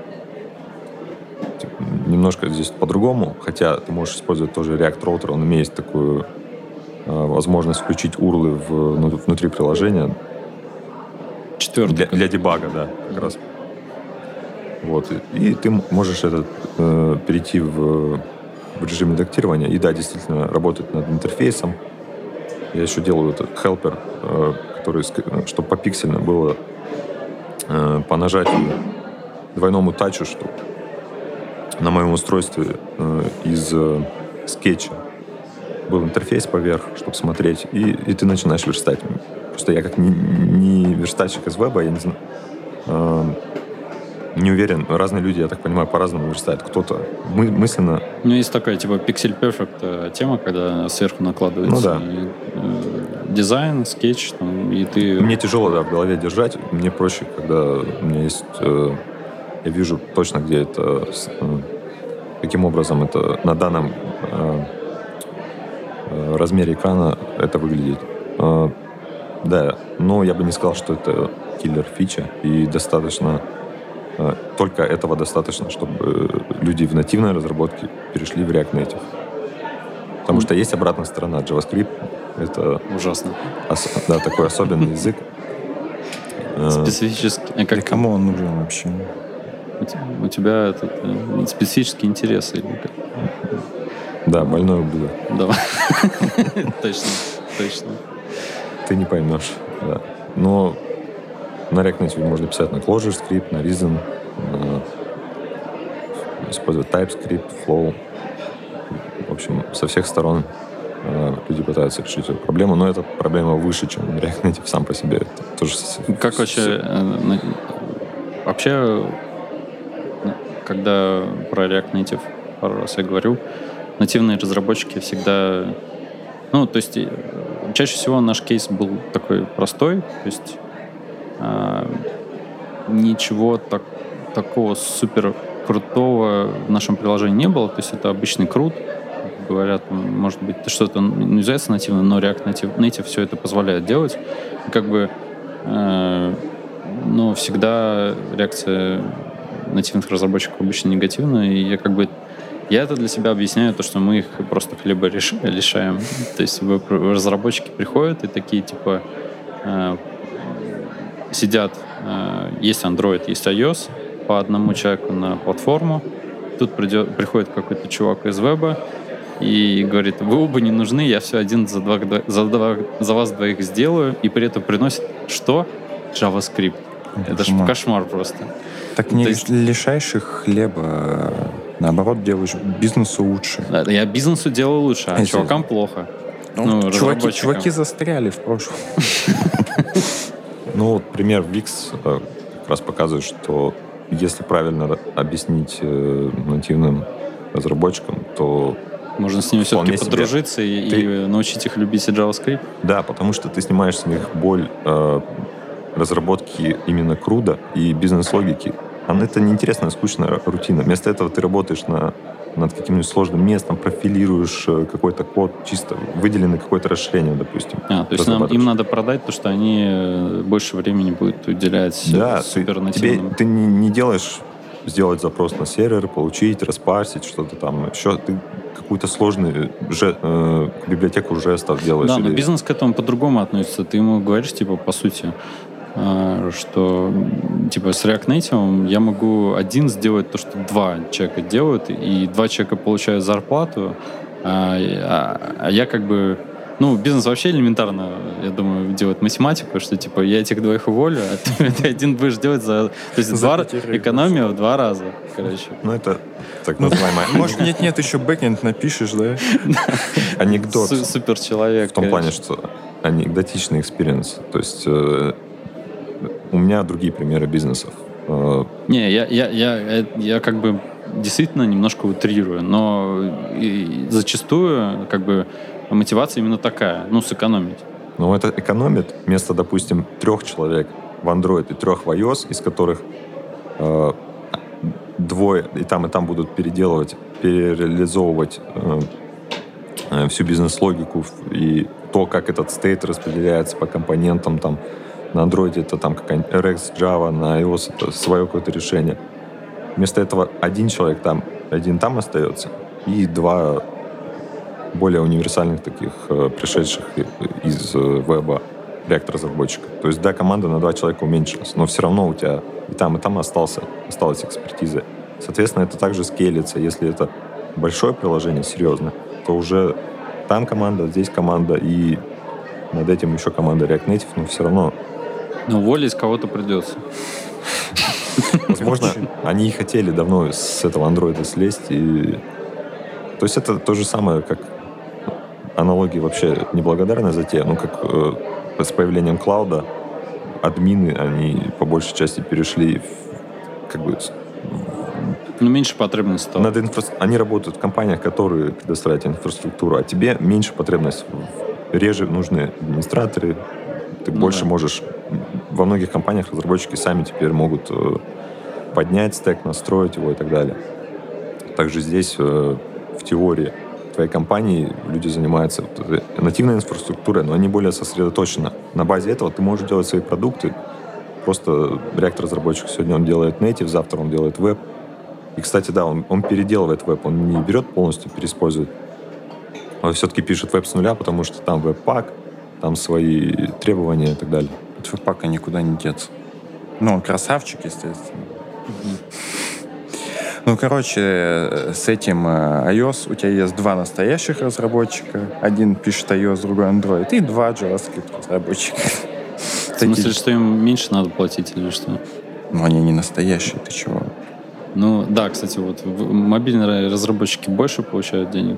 Немножко здесь по-другому, хотя ты можешь использовать тоже React Router, он имеет такую возможность включить урлы в, внутри приложения. Четвертый. Для, для дебага, да, как раз. Вот. И, и ты можешь этот, э, перейти в, в режим редактирования и, да, действительно работать над интерфейсом. Я еще делаю этот helper, э, который, чтобы попиксельно было э, по нажатию двойному тачу, чтобы на моем устройстве э, из э, скетча был интерфейс поверх, чтобы смотреть, и, и ты начинаешь верстать. Просто я как не, не верстальщик из веба, я не знаю, э, не уверен. Разные люди, я так понимаю, по-разному верстают. Кто-то мы, мысленно... Ну, есть такая, типа, Pixel Perfect тема, когда сверху накладывается ну, да. и, э, дизайн, скетч, там, и ты... Мне тяжело, да, в голове держать. Мне проще, когда у меня есть... Э, я вижу точно, где это... Э, каким образом это на данном э, э, размере экрана это выглядит. Э, Да, но я бы не сказал, что это киллер-фича, и достаточно, только этого достаточно, чтобы люди в нативной разработке перешли в React Native. Потому что есть обратная сторона. JavaScript — это... Ужасно. Ос, да, такой особенный язык. Специфический. Как... Кому он нужен вообще? У тебя этот, специфические интересы. Да, больной ублюдок. Да. Точно, точно. Ты не поймешь, да. Но на React Native можно писать на ClojureScript, на Reason, на... использовать TypeScript, Flow. В общем, со всех сторон э, люди пытаются решить эту проблему, но эта проблема выше, чем React Native сам по себе. Это тоже... Как вообще... Э, вообще, когда про React Native пару раз я говорю, нативные разработчики всегда... Ну, то есть... Чаще всего наш кейс был такой простой, то есть э, ничего так, такого супер крутого в нашем приложении не было, то есть это обычный крут, говорят, может быть, что-то не является нативным, но React Native, Native все это позволяет делать. И как бы, э, но всегда реакция нативных разработчиков обычно негативная, и я как бы Я это для себя объясняю, то, что мы их просто хлеба лишаем. То есть разработчики приходят и такие, типа, э, сидят, э, есть Android, есть iOS, по одному человеку на платформу. Тут придет, приходит какой-то чувак из веба и говорит: вы оба не нужны, я все один за, два, за, два, за вас двоих сделаю, и при этом приносит что? JavaScript. Это, это ж кошмар просто. Так не есть... лишаешь их хлеба, наоборот, делаешь бизнесу лучше. Я бизнесу делаю лучше, а Эти... чувакам плохо. Ну, ну, чуваки, чуваки застряли в прошлом. Ну, вот пример Wix как раз показывает, что если правильно объяснить нативным разработчикам, то можно с ними все-таки подружиться и, ты... и научить их любить JavaScript. Да, потому что ты снимаешь с них боль э, разработки именно круда и бизнес-логики. А это неинтересная, скучная рутина. Вместо этого ты работаешь на, над каким-нибудь сложным местом, профилируешь какой-то код, чисто выделенный какое-то расширение, допустим. А, то есть нам, им надо продать то, что они больше времени будут уделять да, супернативным. Тебе, ты не, не делаешь сделать запрос на сервер, получить, распарсить что-то там. Еще ты какую-то сложную же, э, библиотеку жестов делаешь. Да, или... но бизнес к этому по-другому относится. Ты ему говоришь, типа, по сути, э, что типа с React Native я могу один сделать то, что два человека делают, и два человека получают зарплату, а, а, а я как бы... Ну, бизнес вообще элементарно, я думаю, делает математику, что, типа, я этих двоих уволю, а ты, ты один будешь делать за... То есть за два, экономия в два раза, короче. Ну, это так называемое... Может, нет-нет, еще бэкэнд напишешь, да? Анекдот. Супер человек. В том плане, что анекдотичный экспириенс. То есть э, у меня другие примеры бизнесов. Э, Не, я, я, я, я как бы действительно немножко утрирую, но и зачастую как бы мотивация именно такая, ну, сэкономить. Ну, это экономит вместо, допустим, трех человек в Android и трех в iOS, из которых э, двое и там, и там будут переделывать, перереализовывать э, э, всю бизнес-логику и то, как этот стейт распределяется по компонентам. Там, на Android это там какая-нибудь эр экс, Java, на iOS это свое какое-то решение. Вместо этого один человек там, один там остается, и два более универсальных таких, э, пришедших из э, веба React-разработчика. То есть, да, команда на два человека уменьшилась, но все равно у тебя и там, и там остался, осталась экспертиза. Соответственно, это также скейлится. Если это большое приложение, серьезно, то уже там команда, здесь команда, и над этим еще команда React Native, но все равно... Но уволить кого-то придется. Возможно, они и хотели давно с этого андроида слезть. И... То есть это то же самое, как аналогии вообще неблагодарная затея, ну, как э, с появлением клауда админы, они по большей части перешли в, как бы... Ну, меньше потребностей стало. Над инфра... Они работают в компаниях, которые предоставляют инфраструктуру, а тебе меньше потребность. Реже нужны администраторы, ты ну, больше да. можешь... Во многих компаниях разработчики сами теперь могут э, поднять стек, настроить его и так далее. Также здесь э, в теории в твоей компании люди занимаются нативной инфраструктурой, но они более сосредоточены. На базе этого ты можешь делать свои продукты. Просто React-разработчик сегодня он делает native, завтра он делает веб. И, кстати, да, он, он переделывает веб, он не берет полностью, переиспользует. Он все-таки пишет веб с нуля, потому что там веб-пак, там свои требования и так далее. От веб-пака никуда не деться. Ну, он красавчик, естественно. Ну, короче, с этим iOS у тебя есть два настоящих разработчика. Один пишет iOS, другой Android. И два JavaScript разработчика. В смысле, что им меньше надо платить или что? Ну, они не настоящие, ты чего? Ну, да, кстати, вот мобильные разработчики больше получают денег?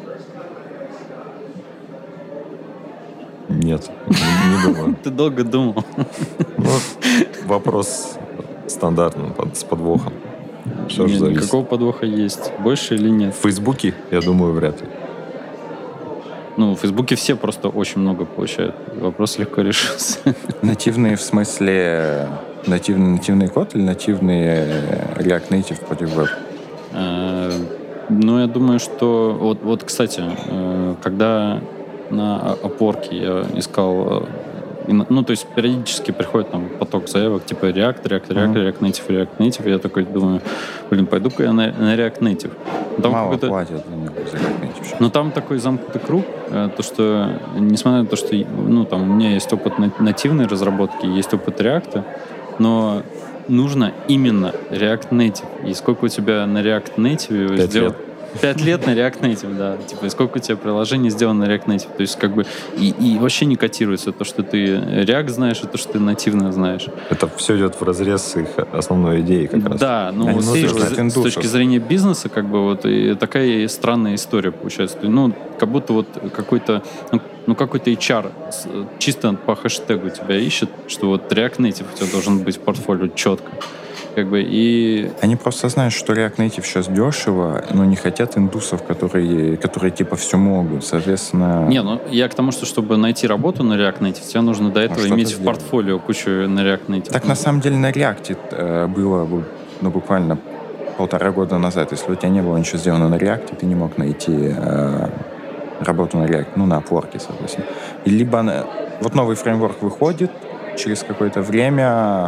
Нет, не думаю. Ты долго думал. Ну, вопрос стандартный, с подвохом. Что же зависит? Какого подвоха есть? Больше или нет? В Фейсбуке, я думаю, вряд ли. Ну, в Фейсбуке все просто очень много получают. Вопрос легко решился. Нативные в смысле нативный, нативный код или нативный React Native против веб? Ну, я думаю, что... Вот, вот, кстати, когда на Upwork я искал... Ну, то есть периодически приходит там поток заявок типа React, React, React, React Native, React Native. Я такой думаю, блин, пойду-ка я на, на React Native. Там мало платят за него, за React Native. Но там такой замкнутый круг, то что, несмотря на то, что ну, там, у меня есть опыт нативной разработки, есть опыт React, но нужно именно React Native. И сколько у тебя на React Native Пять сделать? лет. Пять лет на React Native, да. Типа, и сколько у тебя приложений сделано на React Native. То есть, как бы, и, и вообще не котируется то, что ты React знаешь, и то, что ты нативно знаешь. Это все идет в разрез с их основной идеей как раз. Да, ну, вот с, точки, с точки зрения бизнеса, как бы, вот, и такая странная история получается. Ну, как будто вот какой-то, ну, какой-то эйч ар чисто по хэштегу тебя ищет, что вот React Native у тебя должен быть в портфолио четко. Как бы, и... Они просто знают, что React Native сейчас дешево, но не хотят индусов, которые, которые типа все могут, соответственно... Не, ну я к тому, что чтобы найти работу на React Native, тебе нужно до этого иметь в сделать. Портфолио кучу на React Native. Так на самом деле на React э, было ну, буквально полтора года назад. Если у тебя не было ничего сделано на React, ты не мог найти э, работу на React, ну на Upwork, соответственно. И либо вот новый фреймворк выходит, через какое-то время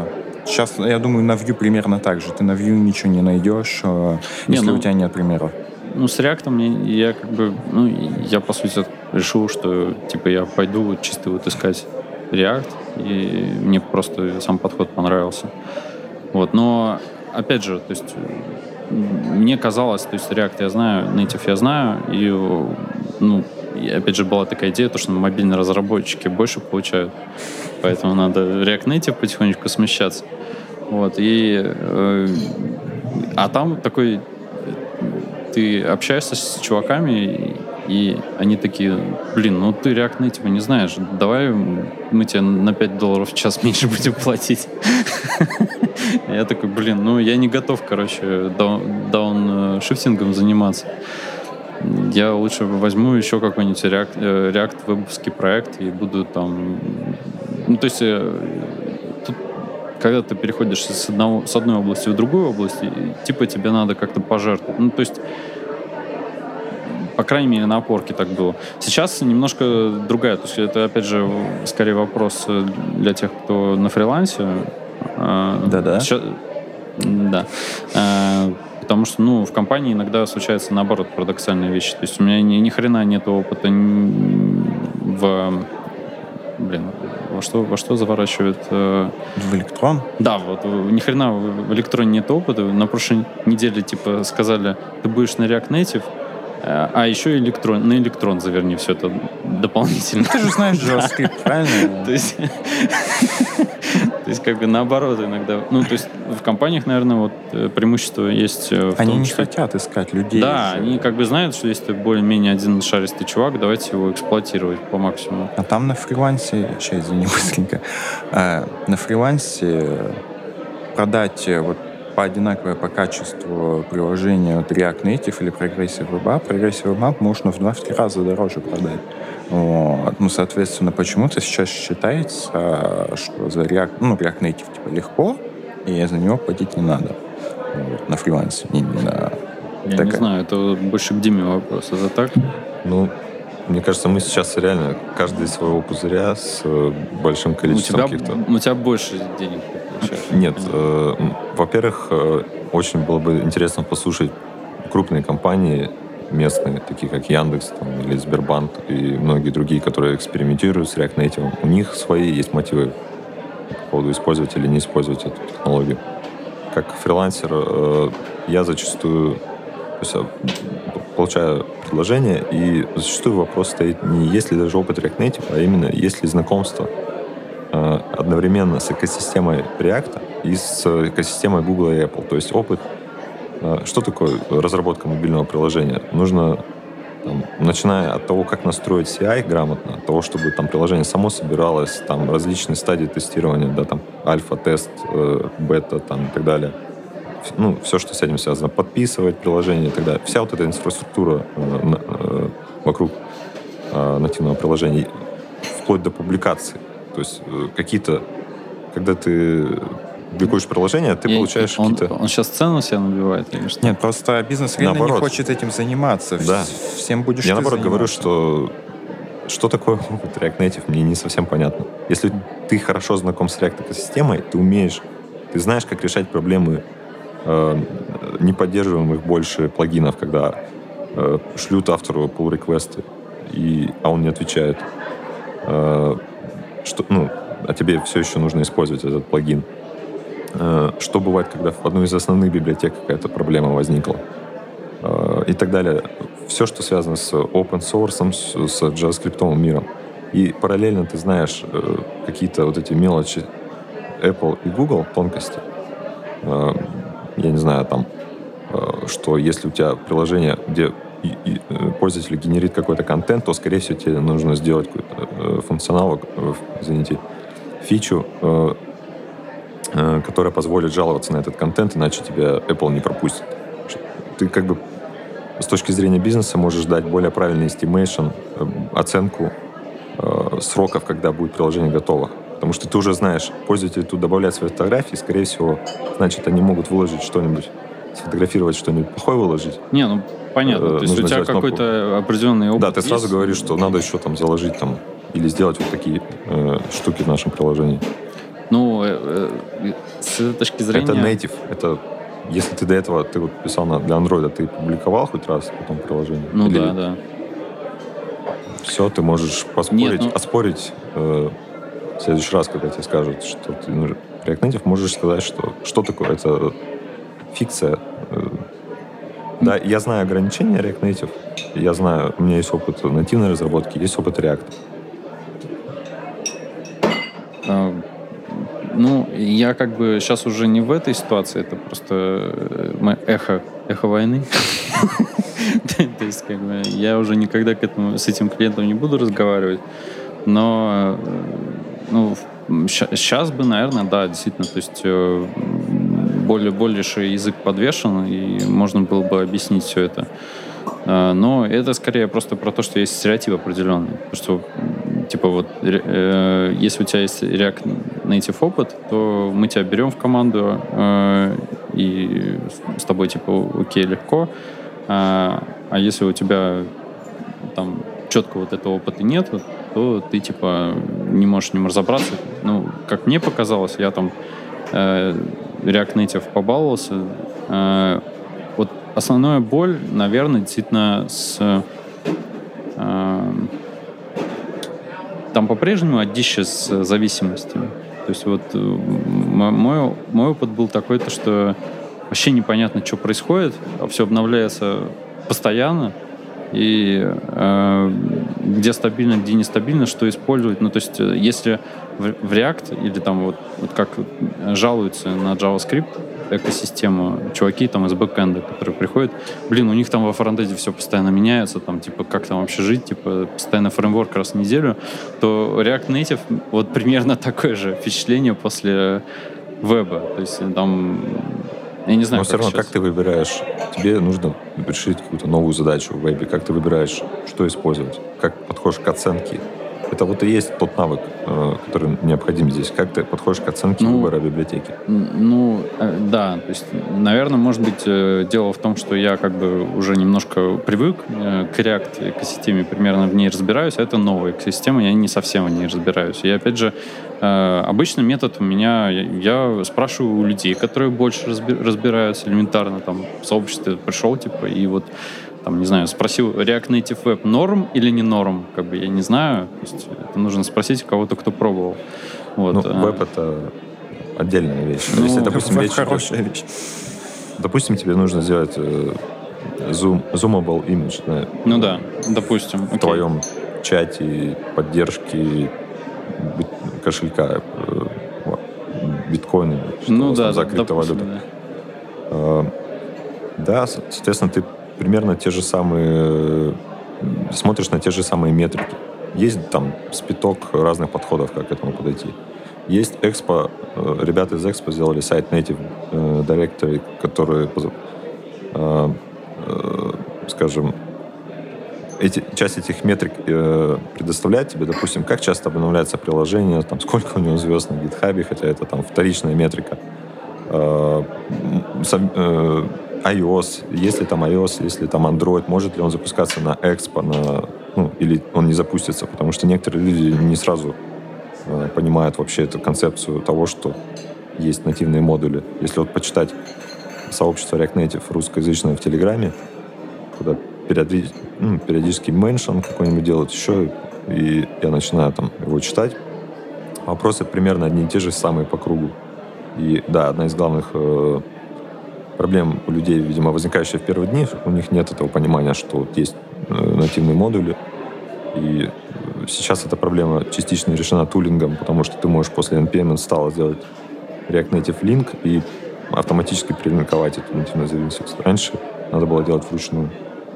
Сейчас, я думаю, на Vue примерно так же. Ты на Vue ничего не найдешь, не, если ну, у тебя нет примеров. Ну, с React я как бы, ну, я, по сути, решил, что, типа, я пойду чисто вот искать React, и мне просто сам подход понравился. Вот, но, опять же, то есть, мне казалось, то есть, React я знаю, Native я знаю, и, ну, и опять же, была такая идея, то, что мобильные разработчики больше получают, поэтому надо React Native потихонечку смещаться. Вот, и, э, а там такой, ты общаешься с чуваками, и они такие, блин, ну ты React Native не знаешь, давай мы тебе на пять долларов в час меньше будем платить. Я такой, блин, ну я не готов, короче, дауншифтингом заниматься. Я лучше возьму еще какой-нибудь React, React вебовский проект и буду там... Ну, то есть, тут, когда ты переходишь с, одного, с одной области в другую область, типа тебе надо как-то пожертвовать. Ну, то есть, по крайней мере, на опорке так было. Сейчас немножко другая. То есть, это, опять же, скорее вопрос для тех, кто на фрилансе. Да-да. Сейчас, да. Потому что, ну, в компании иногда случаются, наоборот, парадоксальные вещи. То есть у меня ни, ни хрена нет опыта в... Блин, во что, во что заворачивает... Э... В электрон? Да, вот ни хрена в электроне нет опыта. На прошлой неделе, типа, сказали, ты будешь на React Native, а еще электрон, на электрон заверни все это дополнительно. Ты же знаешь JavaScript, правильно? То есть... То есть, как бы наоборот иногда. Ну, то есть, в компаниях, наверное, вот преимущество есть в Они том, не что... хотят искать людей. Да, уже. Они как бы знают, что если ты более-менее один шаристый чувак, давайте его эксплуатировать по максимуму. А там на фрилансе... Сейчас, извини, быстренько. А, на фрилансе продать вот по одинаковое по качеству приложение от React Native или Progressive Web App, Progressive Web App можно в два-три раза дороже продать. Вот. Ну, соответственно, почему-то сейчас считается, что за React, ну, React Native типа легко, и за него платить не надо. Вот. На фрилансе. Не, не на... Я такая... не знаю, это больше к Диме вопрос. Это так? Ну, мне кажется, мы сейчас реально каждый из своего пузыря с большим количеством у тебя, каких-то... У тебя больше денег получаешь? Нет. Э, во-первых, э, очень было бы интересно послушать крупные компании местные, такие как Яндекс там, или Сбербанк и многие другие, которые экспериментируют с React Native. У них свои есть мотивы по поводу использовать или не использовать эту технологию. Как фрилансер э, я зачастую то есть, получаю предложение, и зачастую вопрос стоит не есть ли даже опыт React Native, а именно есть ли знакомство э, одновременно с экосистемой React и с экосистемой Google и Apple. То есть опыт. Э, что такое разработка мобильного приложения? Нужно, там, начиная от того, как настроить си ай грамотно, от того, чтобы там приложение само собиралось, там различные стадии тестирования, да, там альфа-тест, э, бета там, и так далее. Ну, все, что с этим связано, подписывать приложение и так далее. Вся вот эта инфраструктура э, э, вокруг э, нативного приложения, вплоть до публикации. То есть э, какие-то, когда ты публикуешь приложение, ты Я, получаешь он, какие-то... Он сейчас цену себя набивает или что? Нет, просто бизнес реально наоборот. Не хочет этим заниматься. Да. Всем будешь Я, наоборот, заниматься. говорю, что что такое опыт React Native, мне не совсем понятно. Если ты хорошо знаком с React-экосистемой, ты умеешь, ты знаешь, как решать проблемы неподдерживаемых больше плагинов, когда э, шлют автору pull-реквесты, и, а он не отвечает. Э, что, ну, а тебе все еще нужно использовать этот плагин. Э, что бывает, когда в одной из основных библиотек какая-то проблема возникла. Э, и так далее. Все, что связано с open source, с, с JavaScript миром. И параллельно ты знаешь э, какие-то вот эти мелочи Apple и Google, тонкости. Э, я не знаю, там, что если у тебя приложение, где пользователь генерит какой-то контент, то, скорее всего, тебе нужно сделать какой-то функционал, извините, фичу, которая позволит жаловаться на этот контент, иначе тебя Apple не пропустит. Ты как бы с точки зрения бизнеса можешь дать более правильный estimation, оценку сроков, когда будет приложение готово. Потому что ты уже знаешь, пользователи тут добавляют свои фотографии, скорее всего, значит, они могут выложить что-нибудь, сфотографировать что-нибудь плохое выложить. Не, ну, понятно. Э, То есть у тебя какой-то определенный опыт Да, ты сразу есть? говоришь, что надо еще там заложить там или сделать вот такие э, штуки в нашем приложении. Ну, э, э, с этой точки зрения... Это native. Это, если ты до этого ты вот писал на, для Android, ты публиковал хоть раз потом приложение? Ну Или... да, да. Все, ты можешь поспорить, Нет, ну... оспорить э, в следующий раз, когда тебе скажут, что ты ну, React Native, можешь сказать, что что такое, это фикция. Э, да, я знаю ограничения React Native, я знаю, у меня есть опыт нативной разработки, есть опыт React. А, ну, я как бы сейчас уже не в этой ситуации, это просто эхо, эхо войны. То есть, как бы, я уже никогда к этому, с этим клиентом не буду разговаривать, но ну, сейчас бы, наверное, да, действительно, то есть более, больше язык подвешен, и можно было бы объяснить все это. Но это скорее просто про то, что есть стереотип определенный. Что, типа, вот, э, если у тебя есть React Native опыт, то мы тебя берем в команду, э, и с тобой, типа, окей, легко. А, а если у тебя там четко вот этого опыта нет, то ты типа не можешь с ним разобраться. Ну, как мне показалось, я там э, React Native побаловался. Э, вот основная боль, наверное, действительно с... Э, там по-прежнему одище с зависимостями. То есть вот мой, мой опыт был такой, то, что вообще непонятно, что происходит, а все обновляется постоянно, и э, где стабильно, где нестабильно, что использовать. Ну, то есть, если в, в React или там вот, вот как жалуются на JavaScript экосистему чуваки там из бэкэнда, которые приходят, блин, у них там во фронтенде все постоянно меняется, там, типа, как там вообще жить, типа, постоянно фреймворк раз в неделю, то React Native вот примерно такое же впечатление после веба. То есть, там... Я не знаю, но все равно, сейчас. Как ты выбираешь? Тебе нужно решить какую-то новую задачу в вебе. Как ты выбираешь, что использовать? Как подходишь к оценке? Это вот и есть тот навык, который необходим здесь. Как ты подходишь к оценке ну, выбора библиотеки? Ну, да. То есть, наверное, может быть, дело в том, что я как бы уже немножко привык к React экосистеме, примерно в ней разбираюсь, а это новая экосистема, я не совсем в ней разбираюсь. И опять же, обычный метод у меня, я спрашиваю у людей, которые больше разбираются элементарно, там, в сообществе пришел, типа, и вот там, не знаю, спросил React Native Web норм или не норм, как бы я не знаю. То есть это нужно спросить у кого-то, кто пробовал. Вот. Ну, веб — это отдельная вещь. Ну, если, допустим, веб речь хорошая идет, вещь. Допустим, тебе нужно сделать э, zoom, zoomable image. Да, ну да, допустим. В окей. твоем чате поддержки бит, кошелька э, биткоина, ну, да, за криптовалюту. Да. Э, да, соответственно, ты примерно те же самые, смотришь на те же самые метрики. Есть там спиток разных подходов, как к этому подойти. Есть Expo, ребята из Expo сделали сайт Native Directory, который, э, э, скажем, эти, часть этих метрик э, предоставляет тебе, допустим, как часто обновляется приложение, там, сколько у него звезд на GitHub, хотя это там вторичная метрика. Э, э, iOS, если там iOS, если там Android, может ли он запускаться на Expo, на, ну, или он не запустится, потому что некоторые люди не сразу э, понимают вообще эту концепцию того, что есть нативные модули. Если вот почитать сообщество React Native русскоязычное в Телеграме, куда периодически, ну, периодически меншн какой-нибудь делают еще, и я начинаю там его читать, вопросы примерно одни и те же самые по кругу. И да, одна из главных э, проблем у людей, видимо, возникающая в первые дни, у них нет этого понимания, что вот есть э, нативные модули. И сейчас эта проблема частично решена тулингом, потому что ты можешь после эн пи эм install сделать React Native Link и автоматически прилинковать эту нативную зависимость. Раньше надо было делать вручную.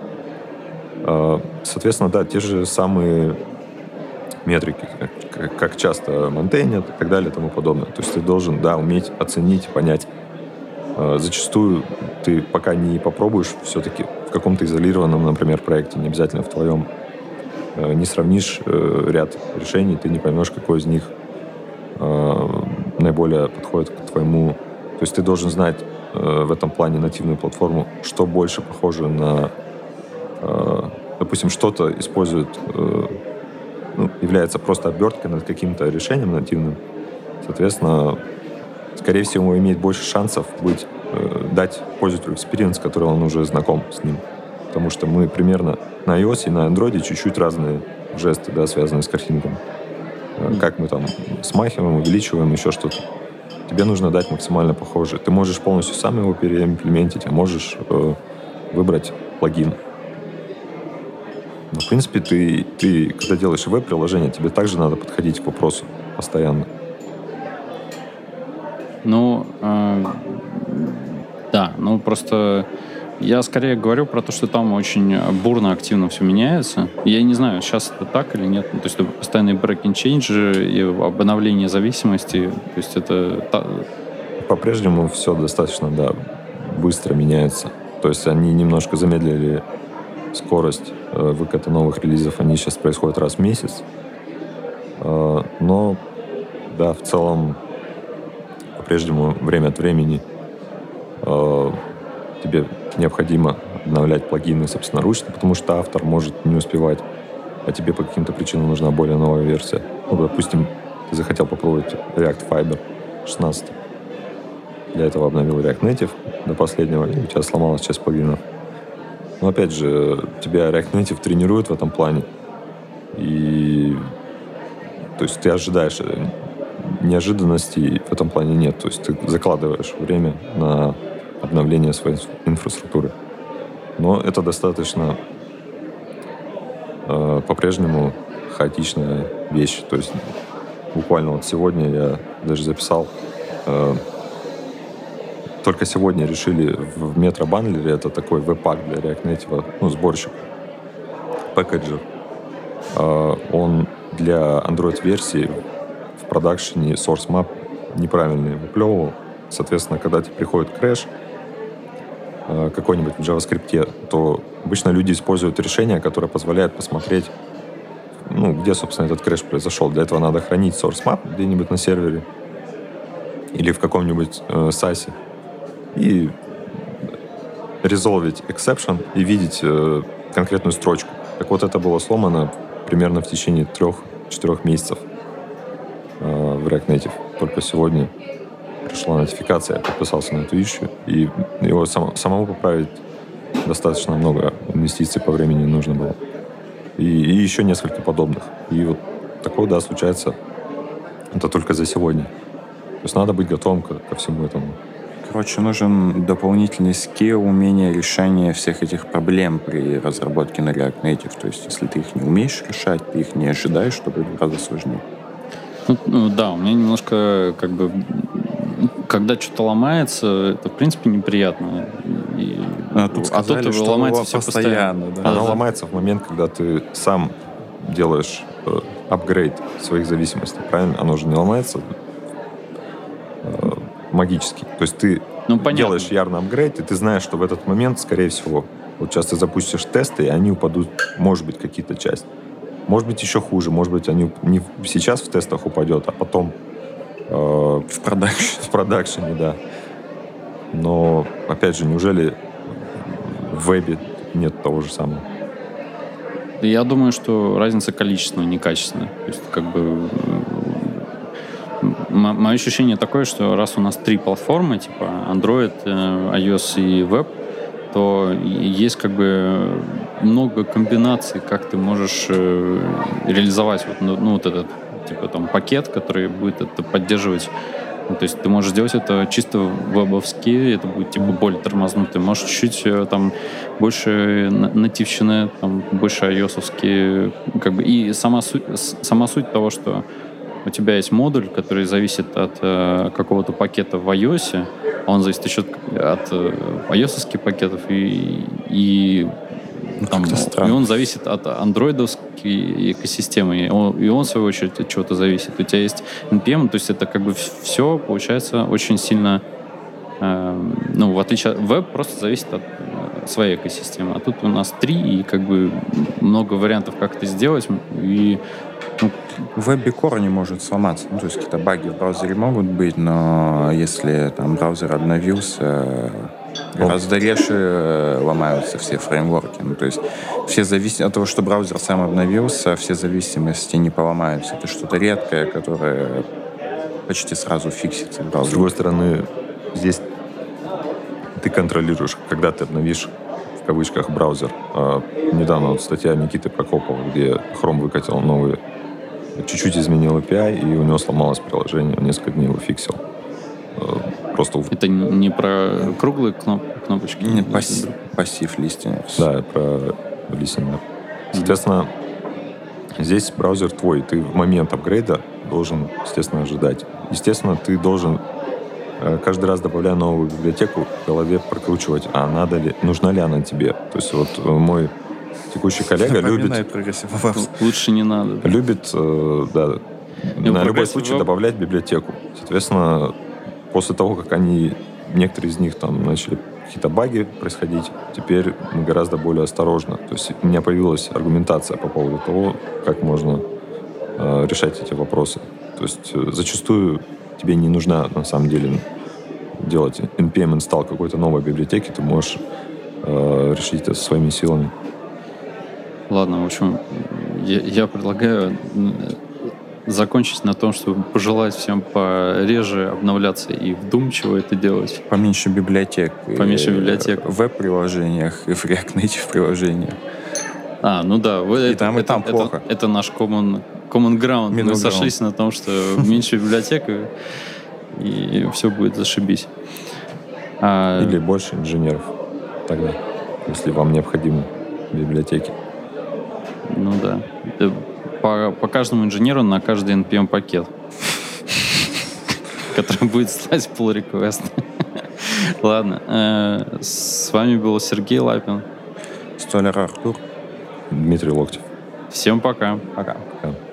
Э, соответственно, да, те же самые метрики, как, как часто мейнтейнят и так далее и тому подобное. То есть ты должен, да, уметь оценить, понять. Зачастую ты пока не попробуешь все-таки в каком-то изолированном, например, проекте, не обязательно в твоем, не сравнишь ряд решений, ты не поймешь, какой из них наиболее подходит к твоему. То есть ты должен знать в этом плане нативную платформу, что больше похоже на, допустим, что-то использует, ну, является просто оберткой над каким-то решением нативным. Соответственно, скорее всего, имеет больше шансов быть, дать пользователю экспириенс, который он уже знаком с ним. Потому что мы примерно на iOS и на Android чуть-чуть разные жесты, да, связанные с картинками. Как мы там смахиваем, увеличиваем, еще что-то. Тебе нужно дать максимально похожее. Ты можешь полностью сам его переимплементить, а можешь э, выбрать плагин. Но, в принципе, ты, ты, когда делаешь веб-приложение, тебе также надо подходить к вопросу постоянно. Ну, э, да, ну просто я скорее говорю про то, что там очень бурно, активно все меняется. Я не знаю, сейчас это так или нет. Ну, то есть это постоянные breaking change и обновление зависимости. То есть это... По-прежнему все достаточно, да, быстро меняется. То есть они немножко замедлили скорость э, выката новых релизов. Они сейчас происходят раз в месяц. Э, но, да, в целом по-прежнему время от времени э, тебе необходимо обновлять плагины собственноручно, потому что автор может не успевать, а тебе по каким-то причинам нужна более новая версия. Ну, допустим, ты захотел попробовать React Fiber шестнадцать. Для этого обновил React Native до последнего, и у тебя сломалась часть плагинов. Но опять же, тебя React Native тренирует в этом плане. И то есть ты ожидаешь неожиданностей в этом плане нет. То есть ты закладываешь время на обновление своей инфраструктуры. Но это достаточно э, по-прежнему хаотичная вещь. То есть буквально вот сегодня я даже записал, э, только сегодня решили в Metro Bundler, это такой веб-пак для React Native, ну, сборщик, пэкэджер. Э, он для Android-версии в продакшене source map неправильный выплевывал. Соответственно, когда тебе приходит крэш какой-нибудь в JavaScript, то обычно люди используют решение, которое позволяет посмотреть, ну, где, собственно, этот крэш произошел. Для этого надо хранить source map где-нибудь на сервере или в каком-нибудь э, сасе и резолвить exception и видеть э, конкретную строчку. Так вот, это было сломано примерно в течение трех-четырех месяцев э, в React Native. Только сегодня пришла нотификация, я подписался на эту issue, и его сам, самому поправить достаточно много инвестиций по времени нужно было. И, и еще несколько подобных. И вот такое, да, случается. Это только за сегодня. То есть надо быть готовым ко, ко всему этому. Короче, нужен дополнительный скилл, умение решения всех этих проблем при разработке на React Native. То есть если ты их не умеешь решать, ты их не ожидаешь, то будет гораздо сложнее. Ну, ну да, у меня немножко как бы когда что-то ломается, это в принципе неприятно. И, а тут сказали, а тут что ломается все постоянно. постоянно. Да. Оно да. ломается в момент, когда ты сам делаешь э, апгрейд своих зависимостей, правильно? Оно же не ломается э, магически. То есть ты ну, делаешь ярный апгрейд, и ты знаешь, что в этот момент, скорее всего, вот сейчас ты запустишь тесты, и они упадут, может быть, какие-то части. Может быть, еще хуже. Может быть, они не сейчас в тестах упадет, а потом э, в продакшене. В продакшене, да. Но, опять же, неужели в вебе нет того же самого? Я думаю, что разница количественная, не качественная. То есть, как бы... Мое ощущение такое, что раз у нас три платформы, типа Android, iOS и Web, то есть как бы много комбинаций, как ты можешь э, реализовать вот, ну, ну, вот этот типа там пакет, который будет это поддерживать. Ну, то есть ты можешь сделать это чисто вебовски, это будет типа более тормознутый. Можешь чуть-чуть там больше нативщины, там больше iOS-овские, как бы. И сама суть, сама суть того, что у тебя есть модуль, который зависит от э, какого-то пакета в iOS, он зависит еще от э, iOS-овских пакетов, и, и, ну, там, и он зависит от андроидовской экосистемы, и он, и он, в свою очередь, от чего-то зависит. У тебя есть эн пи эм, то есть это как бы все, получается, очень сильно, э, ну, в отличие от веб, просто зависит от э, своей экосистемы. А тут у нас три, и как бы много вариантов, как это сделать, и ну, веб-бикор не может сломаться. Ну, то есть какие-то баги в браузере могут быть, но если там браузер обновился, гораздо реже ломаются все фреймворки. Ну, то есть все зависимости от того, что браузер сам обновился, все зависимости не поломаются. Это что-то редкое, которое почти сразу фиксится. С другой стороны, здесь ты контролируешь, когда ты обновишь в кавычках браузер. А недавно вот статья Никиты Прокопова, где Chrome выкатил новый, чуть-чуть изменил эй пи ай, и у него сломалось приложение, он несколько дней его фиксил. Просто... Это не про круглые кноп- кнопочки? Не, пассив, пассив листинг. Да, про листинг. Соответственно, здесь браузер твой. Ты в момент апгрейда должен, естественно, ожидать. Естественно, ты должен каждый раз, добавляя новую библиотеку, в голове прокручивать, а надо ли, нужна ли она тебе. То есть вот мой текущий коллега любит... Лучше не надо. Любит, да, Я на любой случай вам... добавлять библиотеку. Соответственно, после того, как они, некоторые из них там начали какие-то баги происходить, теперь мы гораздо более осторожно. То есть у меня появилась аргументация по поводу того, как можно э, решать эти вопросы. То есть э, зачастую тебе не нужна, на самом деле, делать эн пи эм install какой-то новой библиотеки, ты можешь э, решить это своими силами. Ладно, в общем, я, я предлагаю закончить на том, чтобы пожелать всем пореже обновляться и вдумчиво это делать. Поменьше библиотек. Поменьше библиотек. В веб-приложениях и в React Native приложениях. А, ну да. И это, там, и там это, плохо. Это, это наш common, common ground. Middle Мы ground. сошлись на том, что меньше библиотек, и, и все будет зашибись. А... Или больше инженеров тогда, если вам необходимы библиотеки. Ну да. По, по каждому инженеру на каждый эн пи эм-пакет, который будет слать pull request. Ладно. С вами был Сергей Лапин. Столяр Артур. Дмитрий Локтев. Всем пока. Пока. Пока.